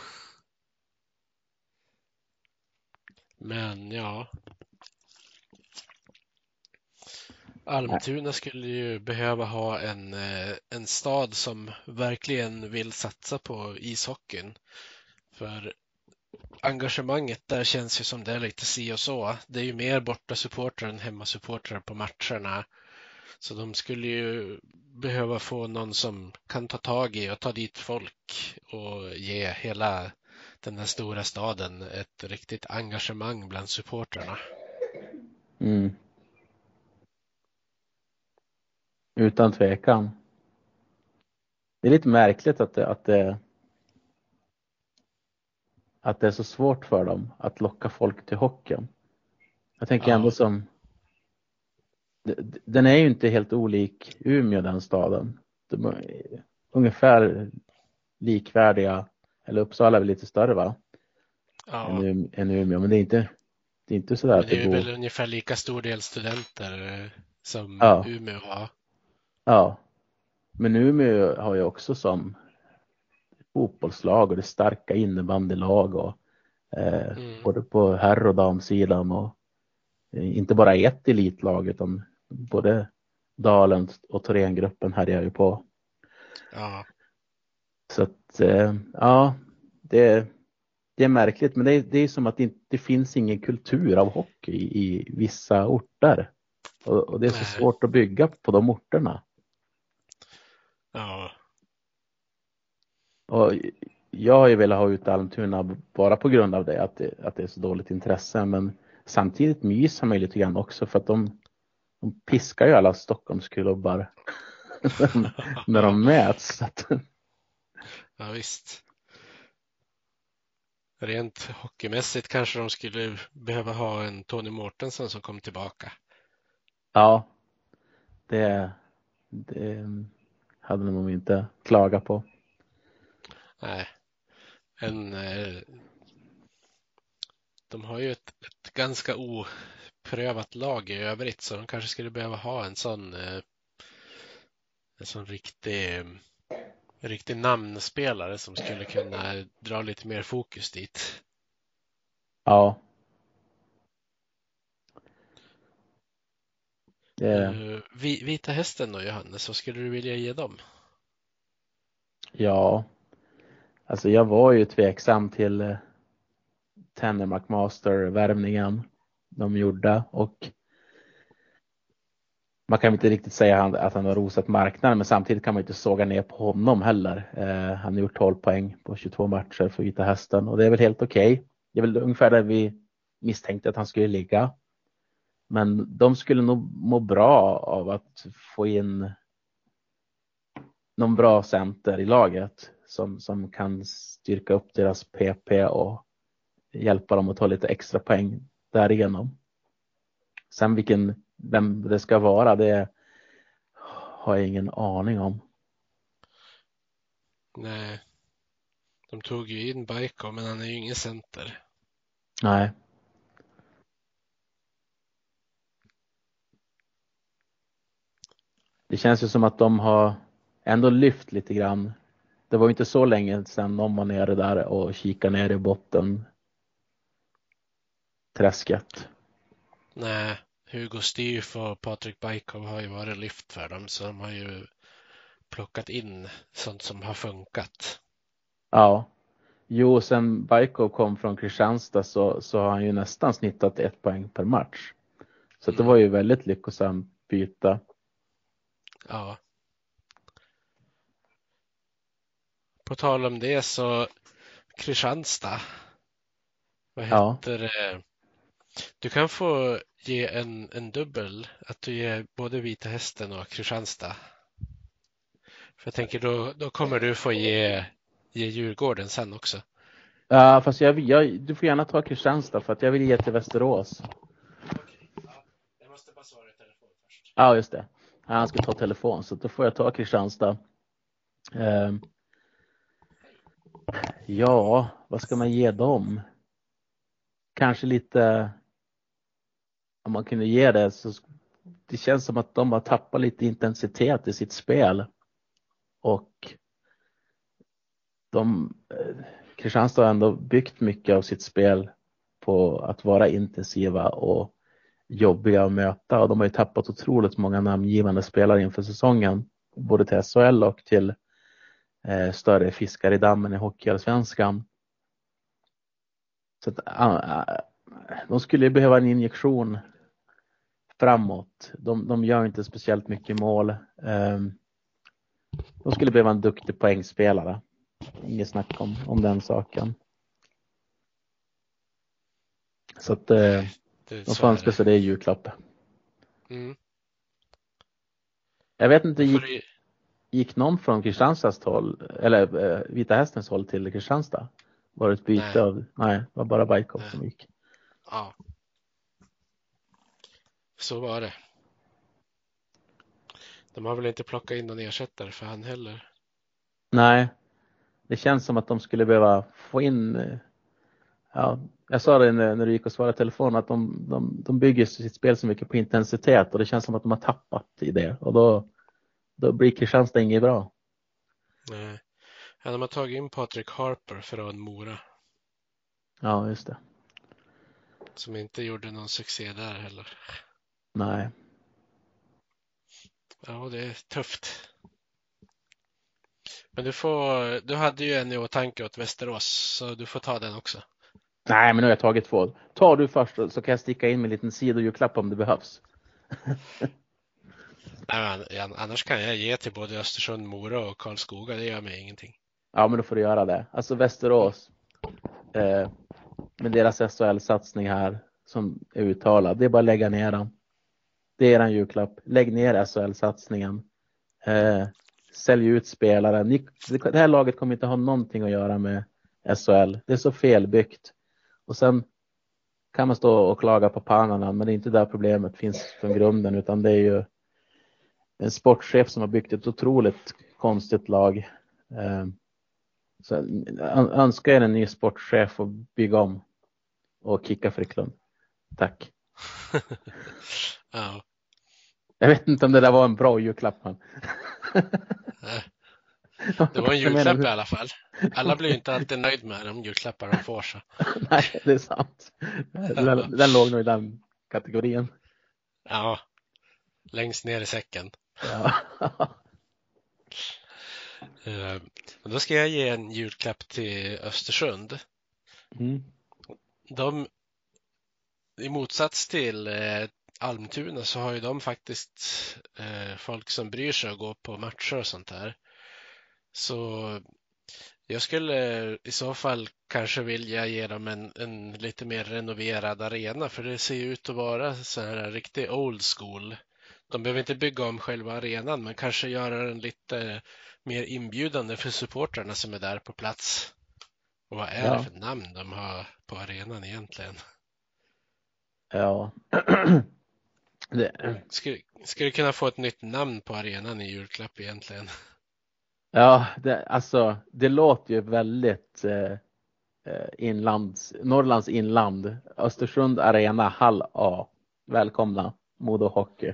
Men ja. Almtuna skulle ju behöva ha en stad som verkligen vill satsa på ishockeyn. För engagemanget där känns ju som det är lite si och så. Det är ju mer borta supportrar än hemma supportrar på matcherna. Så de skulle ju behöva få någon som kan ta tag i och ta dit folk och ge hela den här stora staden ett riktigt engagemang bland supportrarna. Utan tvekan. Det är lite märkligt att det är så svårt för dem att locka folk till hockeyn. Jag tänker ändå som den är ju inte helt olik Umeå, den staden. De är ungefär likvärdiga, eller Uppsala är väl lite större, va? Ja. Än Umeå, men det är inte så där att det är väl ungefär lika stor del studenter som Umeå har. Ja. Men Umeå har ju också som fotbollslag och det starka innebandylag och både på herr- och damsidan och inte bara ett elitlag utan både Dalen och Thorengruppen här är ju på. Ja. Så att det är märkligt, men det är som att det finns ingen kultur av hockey i vissa orter och det är så svårt att bygga på de orterna. Ja. Och jag har ju velat ha ut Almtuna bara på grund av det, att det är så dåligt intresse, men samtidigt myser man lite grann också för att de piskar ju alla Stockholmsklubbar när de mäts. Ja, visst. Rent hockeymässigt kanske de skulle behöva ha en Tony Mortensen som kom tillbaka. Ja, det hade de nog inte klagat på. Nej. De har ju ett ganska oprövat lag i övrigt, så de kanske skulle behöva ha en sån riktig namnspelare som skulle kunna dra lite mer fokus dit. Ja. Vita Hästen då, Johannes, vad skulle du vilja ge dem? Ja, alltså jag var ju tveksam till Tanner McMaster-värvningen de gjorde, och man kan inte riktigt säga att han har rosat marknaden, men samtidigt kan man inte såga ner på honom heller. Han har gjort 12 poäng på 22 matcher för Vita Hästen, och det är väl helt okej. Det är väl ungefär där vi misstänkte att han skulle ligga. Men de skulle nog må bra av att få in någon bra center i laget som kan styrka upp deras PP och hjälpa dem att ta lite extra poäng därigenom. Sen vem det ska vara, det har jag ingen aning om. Nej, de tog ju in Baiko, men han är ju ingen center. Nej. Det känns ju som att de har ändå lyft lite grann. Det var ju inte så länge sedan de var nere där och kikade ner i botten träsket. Nej, Hugo Styf och Patrik Baikov har ju varit lyft för dem, så de har ju plockat in sånt som har funkat. Ja. Jo, sen Baikov kom från Kristianstad så har han ju nästan snittat 1 poäng per match. Så det var ju väldigt lyckosamt byta. Ja. På tal om det, så Kristianstad, vad heter det? Du kan få ge en dubbel, att du ger både Vita Hästen och Kristianstad. För jag tänker då kommer du få ge Djurgården sen också. Ja, fast du får gärna ta Kristianstad, för att jag vill ge till Västerås. Okej, ja. Jag måste bara svara i telefon först. Ja, just det. Ja, han ska ta telefon, så då får jag ta Kristianstad. Ja, vad ska man ge dem? Kanske lite, om man kunde ge det, så det känns som att de har tappat lite intensitet i sitt spel. Och Kristianstad har ändå byggt mycket av sitt spel på att vara intensiva och jobbiga att möta, och de har ju tappat otroligt många namngivande spelare inför säsongen, både till SHL och till större fiskar i dammen i Hockeyallsvenskan. Så att, de skulle behöva en injektion framåt. De gör inte speciellt mycket mål. De skulle behöva en duktig poängspelare. Inget snack om den saken. Så att de får önska sig det i julklapp. Jag vet inte, gick någon från Kristianstads håll, eller Vita Hästens håll, till Kristianstad? Var det ett byte av? Nej, det var bara Baikov som gick. Ja. Så var det. De har väl inte plockat in någon ersättare för han heller? Nej. Det känns som att de skulle behöva få in, ja, jag sa det när du gick och svarade telefon, att de bygger sitt spel så mycket på intensitet, och det känns som att de har tappat i det, och då blir Kristianstad inget bra. Nej. Ja, de har tagit in Patrick Harper från Mora. Ja, just det. Som inte gjorde någon succé där heller. Nej. Ja, det är tufft. Men du hade ju en i åtanke åt Västerås, så du får ta den också. Nej, men nu har jag tagit 2. Tar du först, så kan jag sticka in med en liten sidojulklapp om det behövs. Nej, annars kan jag ge till både Östersund, Mora och Karlskoga. Det gör mig ingenting. Ja, men då får du göra det. Alltså Västerås, med deras SHL-satsning här som är uttalad, det är bara att lägga ner den. Det är en julklapp. Lägg ner SHL-satsningen. Sälj ut spelare. Det här laget kommer inte ha någonting att göra med SHL. Det är så felbyggt. Och sen kan man stå och klaga på Panarna, men det är inte där problemet finns från grunden, utan det är ju en sportchef som har byggt ett otroligt konstigt lag. Så önskar jag en ny sportchef och bygga om och kicka Frycklund. Tack. Ja. Jag vet inte om det där var en bra julklapp. Det var en julklapp i alla fall. Alla blir ju inte alltid nöjd med de julklappar de får. Så. Nej, det är sant. Den låg nog i den kategorin. Ja, längst ner i säcken. Ja. Då ska jag ge en julklapp till Östersund. Mm. De, i motsats till Almtuna, så har ju de faktiskt folk som bryr sig och går på matcher och sånt där. Så jag skulle i så fall kanske vilja ge dem en lite mer renoverad arena, för det ser ju ut att vara så här riktigt old school. De behöver inte bygga om själva arenan, men kanske göra den lite mer inbjudande för supporterna som är där på plats. Och vad är det för namn de har på arenan egentligen? Ja. Skulle kunna få ett nytt namn på arenan i julklapp egentligen. Ja, det låter ju väldigt Norrlands inland. Östersund Arena Hall A. Välkomna, Modo Hockey.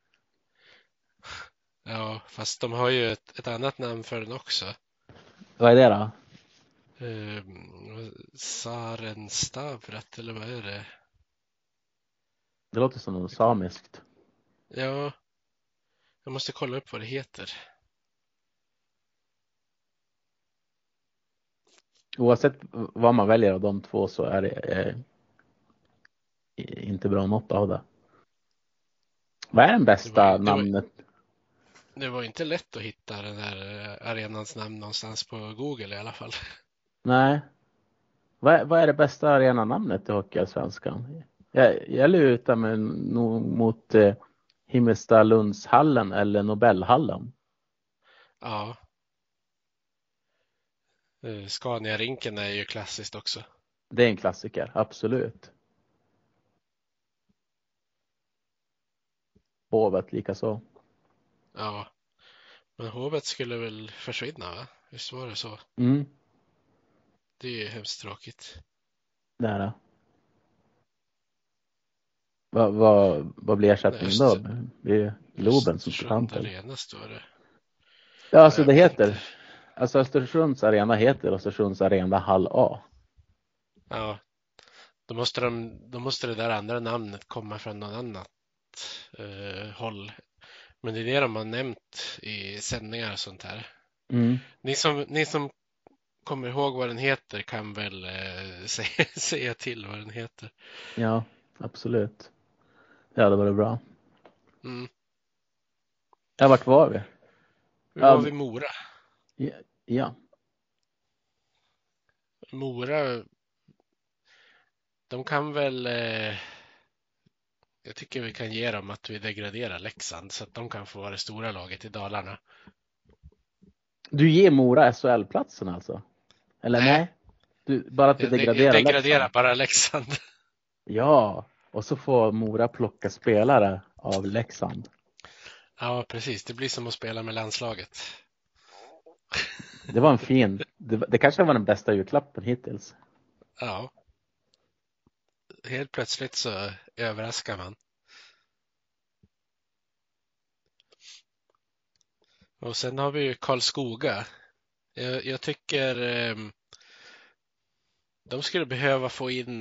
Ja, fast de har ju ett annat namn för den också. Vad är det då? Sarenstavrat, eller vad är det? Det låter som något samiskt. Ja, jag måste kolla upp vad det heter. Oavsett vad man väljer av de två så är det inte bra något av det. Vad är den bästa namnet? Det var inte lätt att hitta den här arenans namn någonstans på Google i alla fall. Nej. Vad är det bästa arenanamnet i Hockeyallsvenskan? Jag lutar mig mot Himmelstalundshallen eller Nobelhallen. Ja. Scania-rinken är ju klassiskt också. Det är en klassiker, absolut. Hovet lika så. Ja. Men Hovet skulle väl försvinna, va? Visst var det så? Mm. Det är ju hemskt tråkigt. Det är det. Vad blir ersättningen då? Det är Globen som ska ta Arena står det. Ja, alltså det heter... Alltså Östersunds arena heter Östersunds arena Hall A. Ja. Då måste det där andra namnet komma från någon annat håll. Men det är det de har nämnt i sändningar och sånt här. Mm. Ni som kommer ihåg vad den heter kan väl säga till vad den heter. Ja, absolut. Ja, det var bra. Mm. Ja, vart var vi? Vi var vid Mora. Ja. Mora, de kan väl... jag tycker vi kan ge dem att vi degraderar Leksand så att de kan få vara det stora laget i Dalarna. Du ger Mora SHL-platsen alltså? Eller nej? Bara att vi degraderar Leksand. Jag degraderar Leksand. bara Leksand. Ja, och så får Mora plocka spelare av Leksand. Ja, precis. Det blir som att spela med landslaget. Det var en fin... Det kanske var den bästa julklappen hittills. Ja. Helt plötsligt så överraskar man. Och sen har vi ju Karlskoga. Jag tycker de skulle behöva få in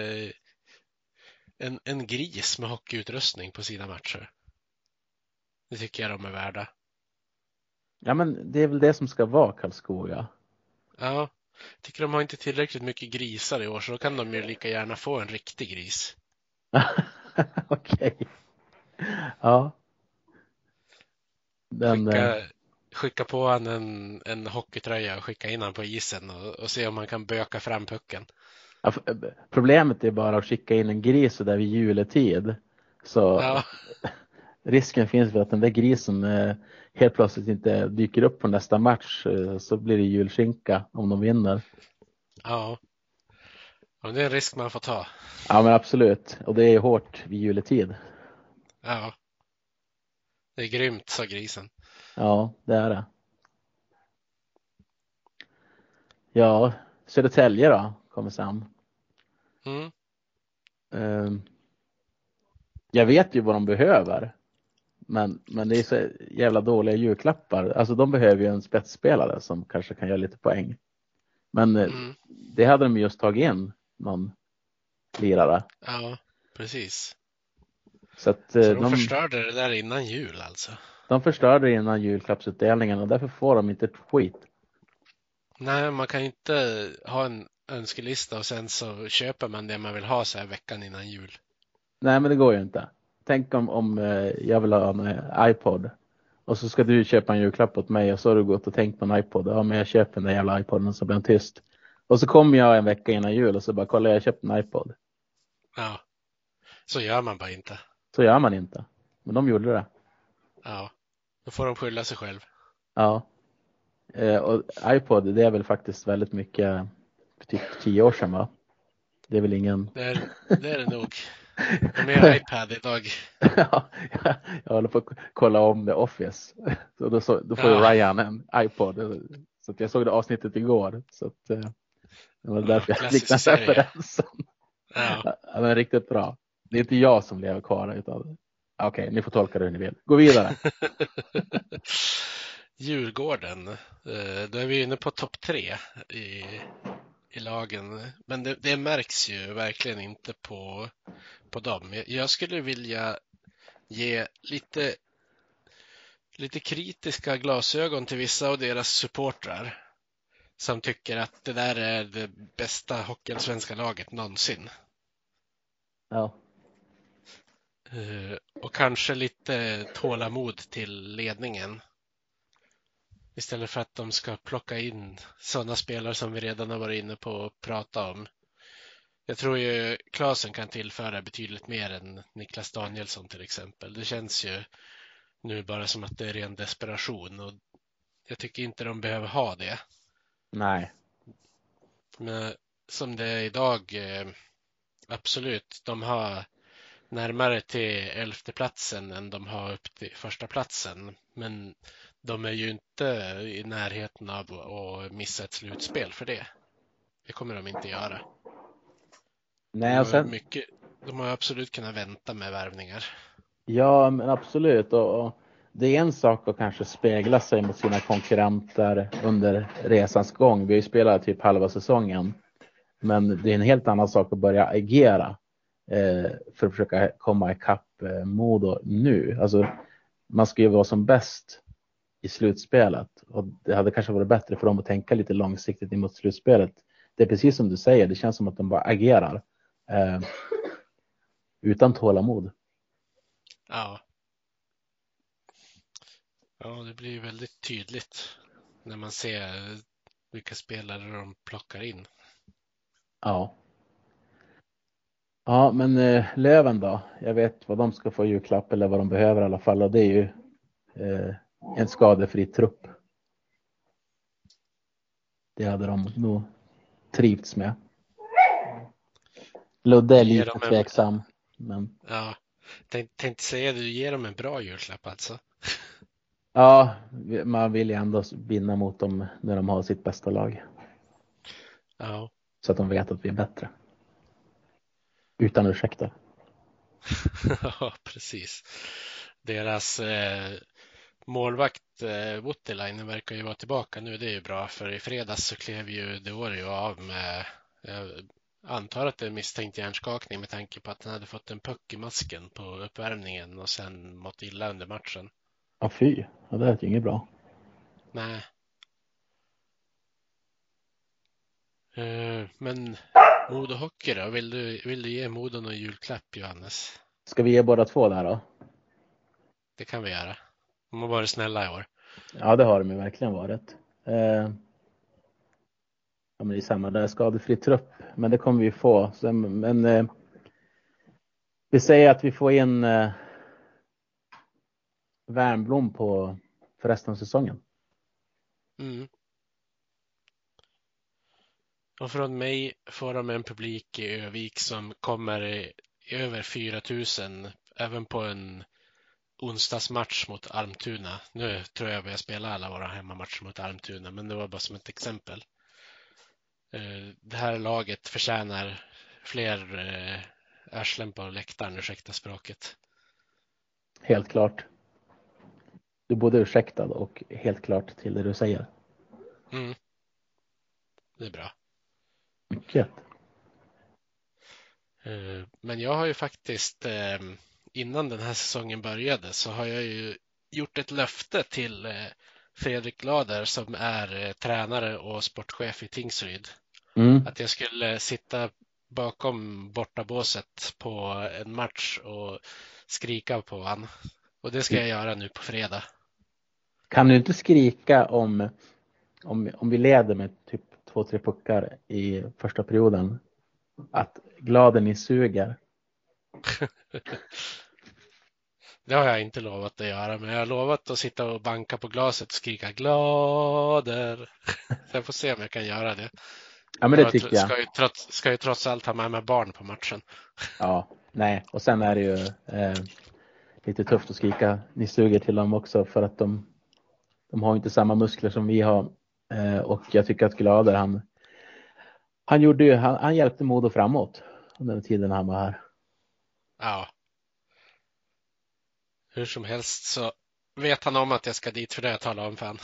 en gris med hockeyutrustning på sina matcher. Det tycker jag de är värda. Ja, men det är väl det som ska vara Karlskoga. Ja, jag tycker de har inte tillräckligt mycket grisar i år, så då kan de ju lika gärna få en riktig gris. Okej. Ja. Skicka på han en hockeytröja och skicka in han på isen och se om man kan böka fram pucken. Ja, problemet är bara att skicka in en gris där vid juletid. Så ja. Risken finns för att den där grisen helt plötsligt inte dyker upp på nästa match, så blir det julskinka om de vinner. Ja. Och det är en risk man får ta. Ja, men absolut. Och det är hårt vid juletid. Ja. Det är grymt, sa grisen. Ja, det är det. Ja, Södertälje då kommer sen. Mm. Jag vet ju vad de behöver. Men det är så jävla dåliga julklappar. Alltså de behöver ju en spetsspelare som kanske kan göra lite poäng. Men det hade de just tagit in någon lirare. Ja, precis. Så att Så de förstörde det där innan jul alltså. De förstörde det innan julklappsutdelningen och därför får de inte ett skit. Nej, man kan inte ha en önskelista och sen så köper man det man vill ha så här veckan innan jul. Nej, men det går ju inte. Tänk om jag vill ha en iPod och så ska du köpa en julklapp åt mig och så har du gått och tänkt på en iPod. Ja, men jag köper den där jävla iPoden och så blir den tyst. Och så kommer jag en vecka innan jul och så bara kolla, jag köpt en iPod. Ja, så gör man bara inte. Så gör man inte. Men de gjorde det. Ja, då får de skylla sig själv. Ja. Och iPod, det är väl faktiskt väldigt mycket, typ 10 år sedan va? Det är väl ingen... Det är det nog. Det är mer iPad idag. Ja, jag håller på att kolla om The Office. Så då får ju Ryan en iPod. Så att jag såg det avsnittet igår. Så att, det var därför jag fick den referensen. Ja. Ja, men riktigt bra. Det är inte jag som lever kvar utan... Okej, ni får tolka det hur ni vill. Gå vidare. Djurgården. Då är vi inne på topp 3 i lagen. Men det märks ju verkligen inte på dem. Jag skulle vilja ge lite kritiska glasögon till vissa av deras supportrar som tycker att det där är det bästa hockeyallsvenska laget någonsin. Ja. Och kanske lite tålamod till ledningen. Istället för att de ska plocka in sådana spelare som vi redan har varit inne på och prata om. Jag tror ju Klasen kan tillföra betydligt mer än Niklas Danielsson till exempel. Det känns ju nu bara som att det är ren desperation och jag tycker inte de behöver ha det. Nej. Men som det är idag, absolut, de har närmare till 11:e platsen än de har upp till första platsen. Men de är ju inte i närheten av att missa ett slutspel för det. Det kommer de inte göra. Nej, och sen... De har absolut kunnat vänta med värvningar. Ja, men absolut. Och det är en sak att kanske spegla sig mot sina konkurrenter under resans gång. Vi har ju spelat typ halva säsongen. Men det är en helt annan sak att börja agera för att försöka komma ikapp Modo nu. Alltså, man ska ju vara som bäst i slutspelet. Och det hade kanske varit bättre för dem att tänka lite långsiktigt emot slutspelet. Det är precis som du säger. Det känns som att de bara agerar utan tålamod. Ja. Ja, det blir väldigt tydligt när man ser vilka spelare de plockar in. Ja. Ja, men Löven då? Jag vet vad de ska få julklapp eller vad de behöver i alla fall. Och det är ju en skadefri trupp. Det hade de nog trivts med. Ludde är lite tveksam. Men... Ja, tänkte säga du ger dem en bra julklapp alltså. Ja, man vill ju ändå vinna mot dem när de har sitt bästa lag. Ja. Så att de vet att vi är bättre. Utan ursäkter. Ja, precis. Deras målvakt Voutilainen verkar ju vara tillbaka nu. Det är ju bra, för i fredags så klev ju Deorio av med, jag antar att det är misstänkt hjärnskakning med tanke på att han hade fått en puck i masken på uppvärmningen och sen mått illa under matchen. Ja, fy. Ja, det är ju inget bra. Nej. Men Modo Hockey då? Vill du ge Modo någon julklapp, Johannes? Ska vi ge båda två där då? Det kan vi göra. De har varit snälla i år. Ja, det har de ju verkligen varit. Ja, men det är samma där, skadefri trupp. Men det kommer vi få. Men vi säger att vi får in Värnblom på för resten av säsongen. Mm. Och från mig får de en publik i Övik som kommer i över 4000 även på en onsdagsmatch mot Almtuna. Nu tror jag vi har spelat alla våra hemmamatcher mot Almtuna, men det var bara som ett exempel. Det här laget förtjänar fler arslen på läktaren, ursäkta språket. Helt klart. Du är både ursäktad och helt klart till det du säger. Mm. Det är bra. Mycket. Men jag har ju faktiskt innan den här säsongen började så har jag ju gjort ett löfte till Fredrik Lader som är tränare och sportchef i Tingsryd. Att jag skulle sitta bakom bortabåset på en match och skrika på han. Och det ska jag göra nu på fredag. Kan du inte skrika om vi leder med typ 2-3 puckar i första perioden? Att gladen ni suger. Det har jag inte lovat att göra, men jag har lovat att sitta och banka på glaset och skrika glader. Så jag får se om jag kan göra det. Ja, men det tycker jag. Ska ju trots allt ha med mig barn på matchen. Ja, nej. Och sen är det ju lite tufft att skrika ni suger till dem också för att de har inte samma muskler som vi har. Och jag tycker att Glader han hjälpte Modo framåt under den tiden han var här. Ja. Hur som helst så vet han om att jag ska dit för det jag talar om för han.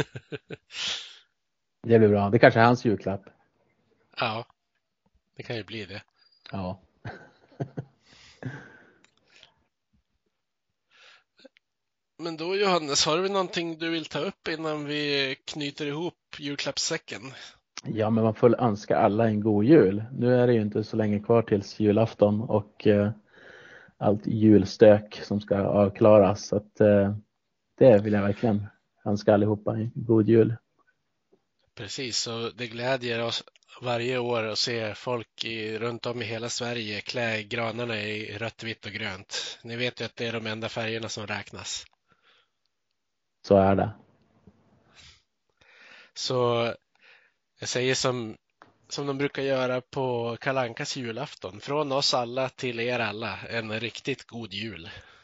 Det blir bra. Det kanske är hans julklapp. Ja, det kan ju bli det. Ja. Men då Johannes, har du någonting du vill ta upp innan vi knyter ihop julklappssäcken? Ja, men man får önska alla en god jul. Nu är det ju inte så länge kvar tills julafton och allt julstök som ska avklaras. Så att, det vill jag verkligen önska allihopa en god jul. Precis, och det glädjer oss varje år att se folk runt om i hela Sverige klä granarna i rött, vitt och grönt. Ni vet ju att det är de enda färgerna som räknas. Så är det. Så jag säger som de brukar göra på Kalle Ankas julafton. Från oss alla till er alla, en riktigt god jul.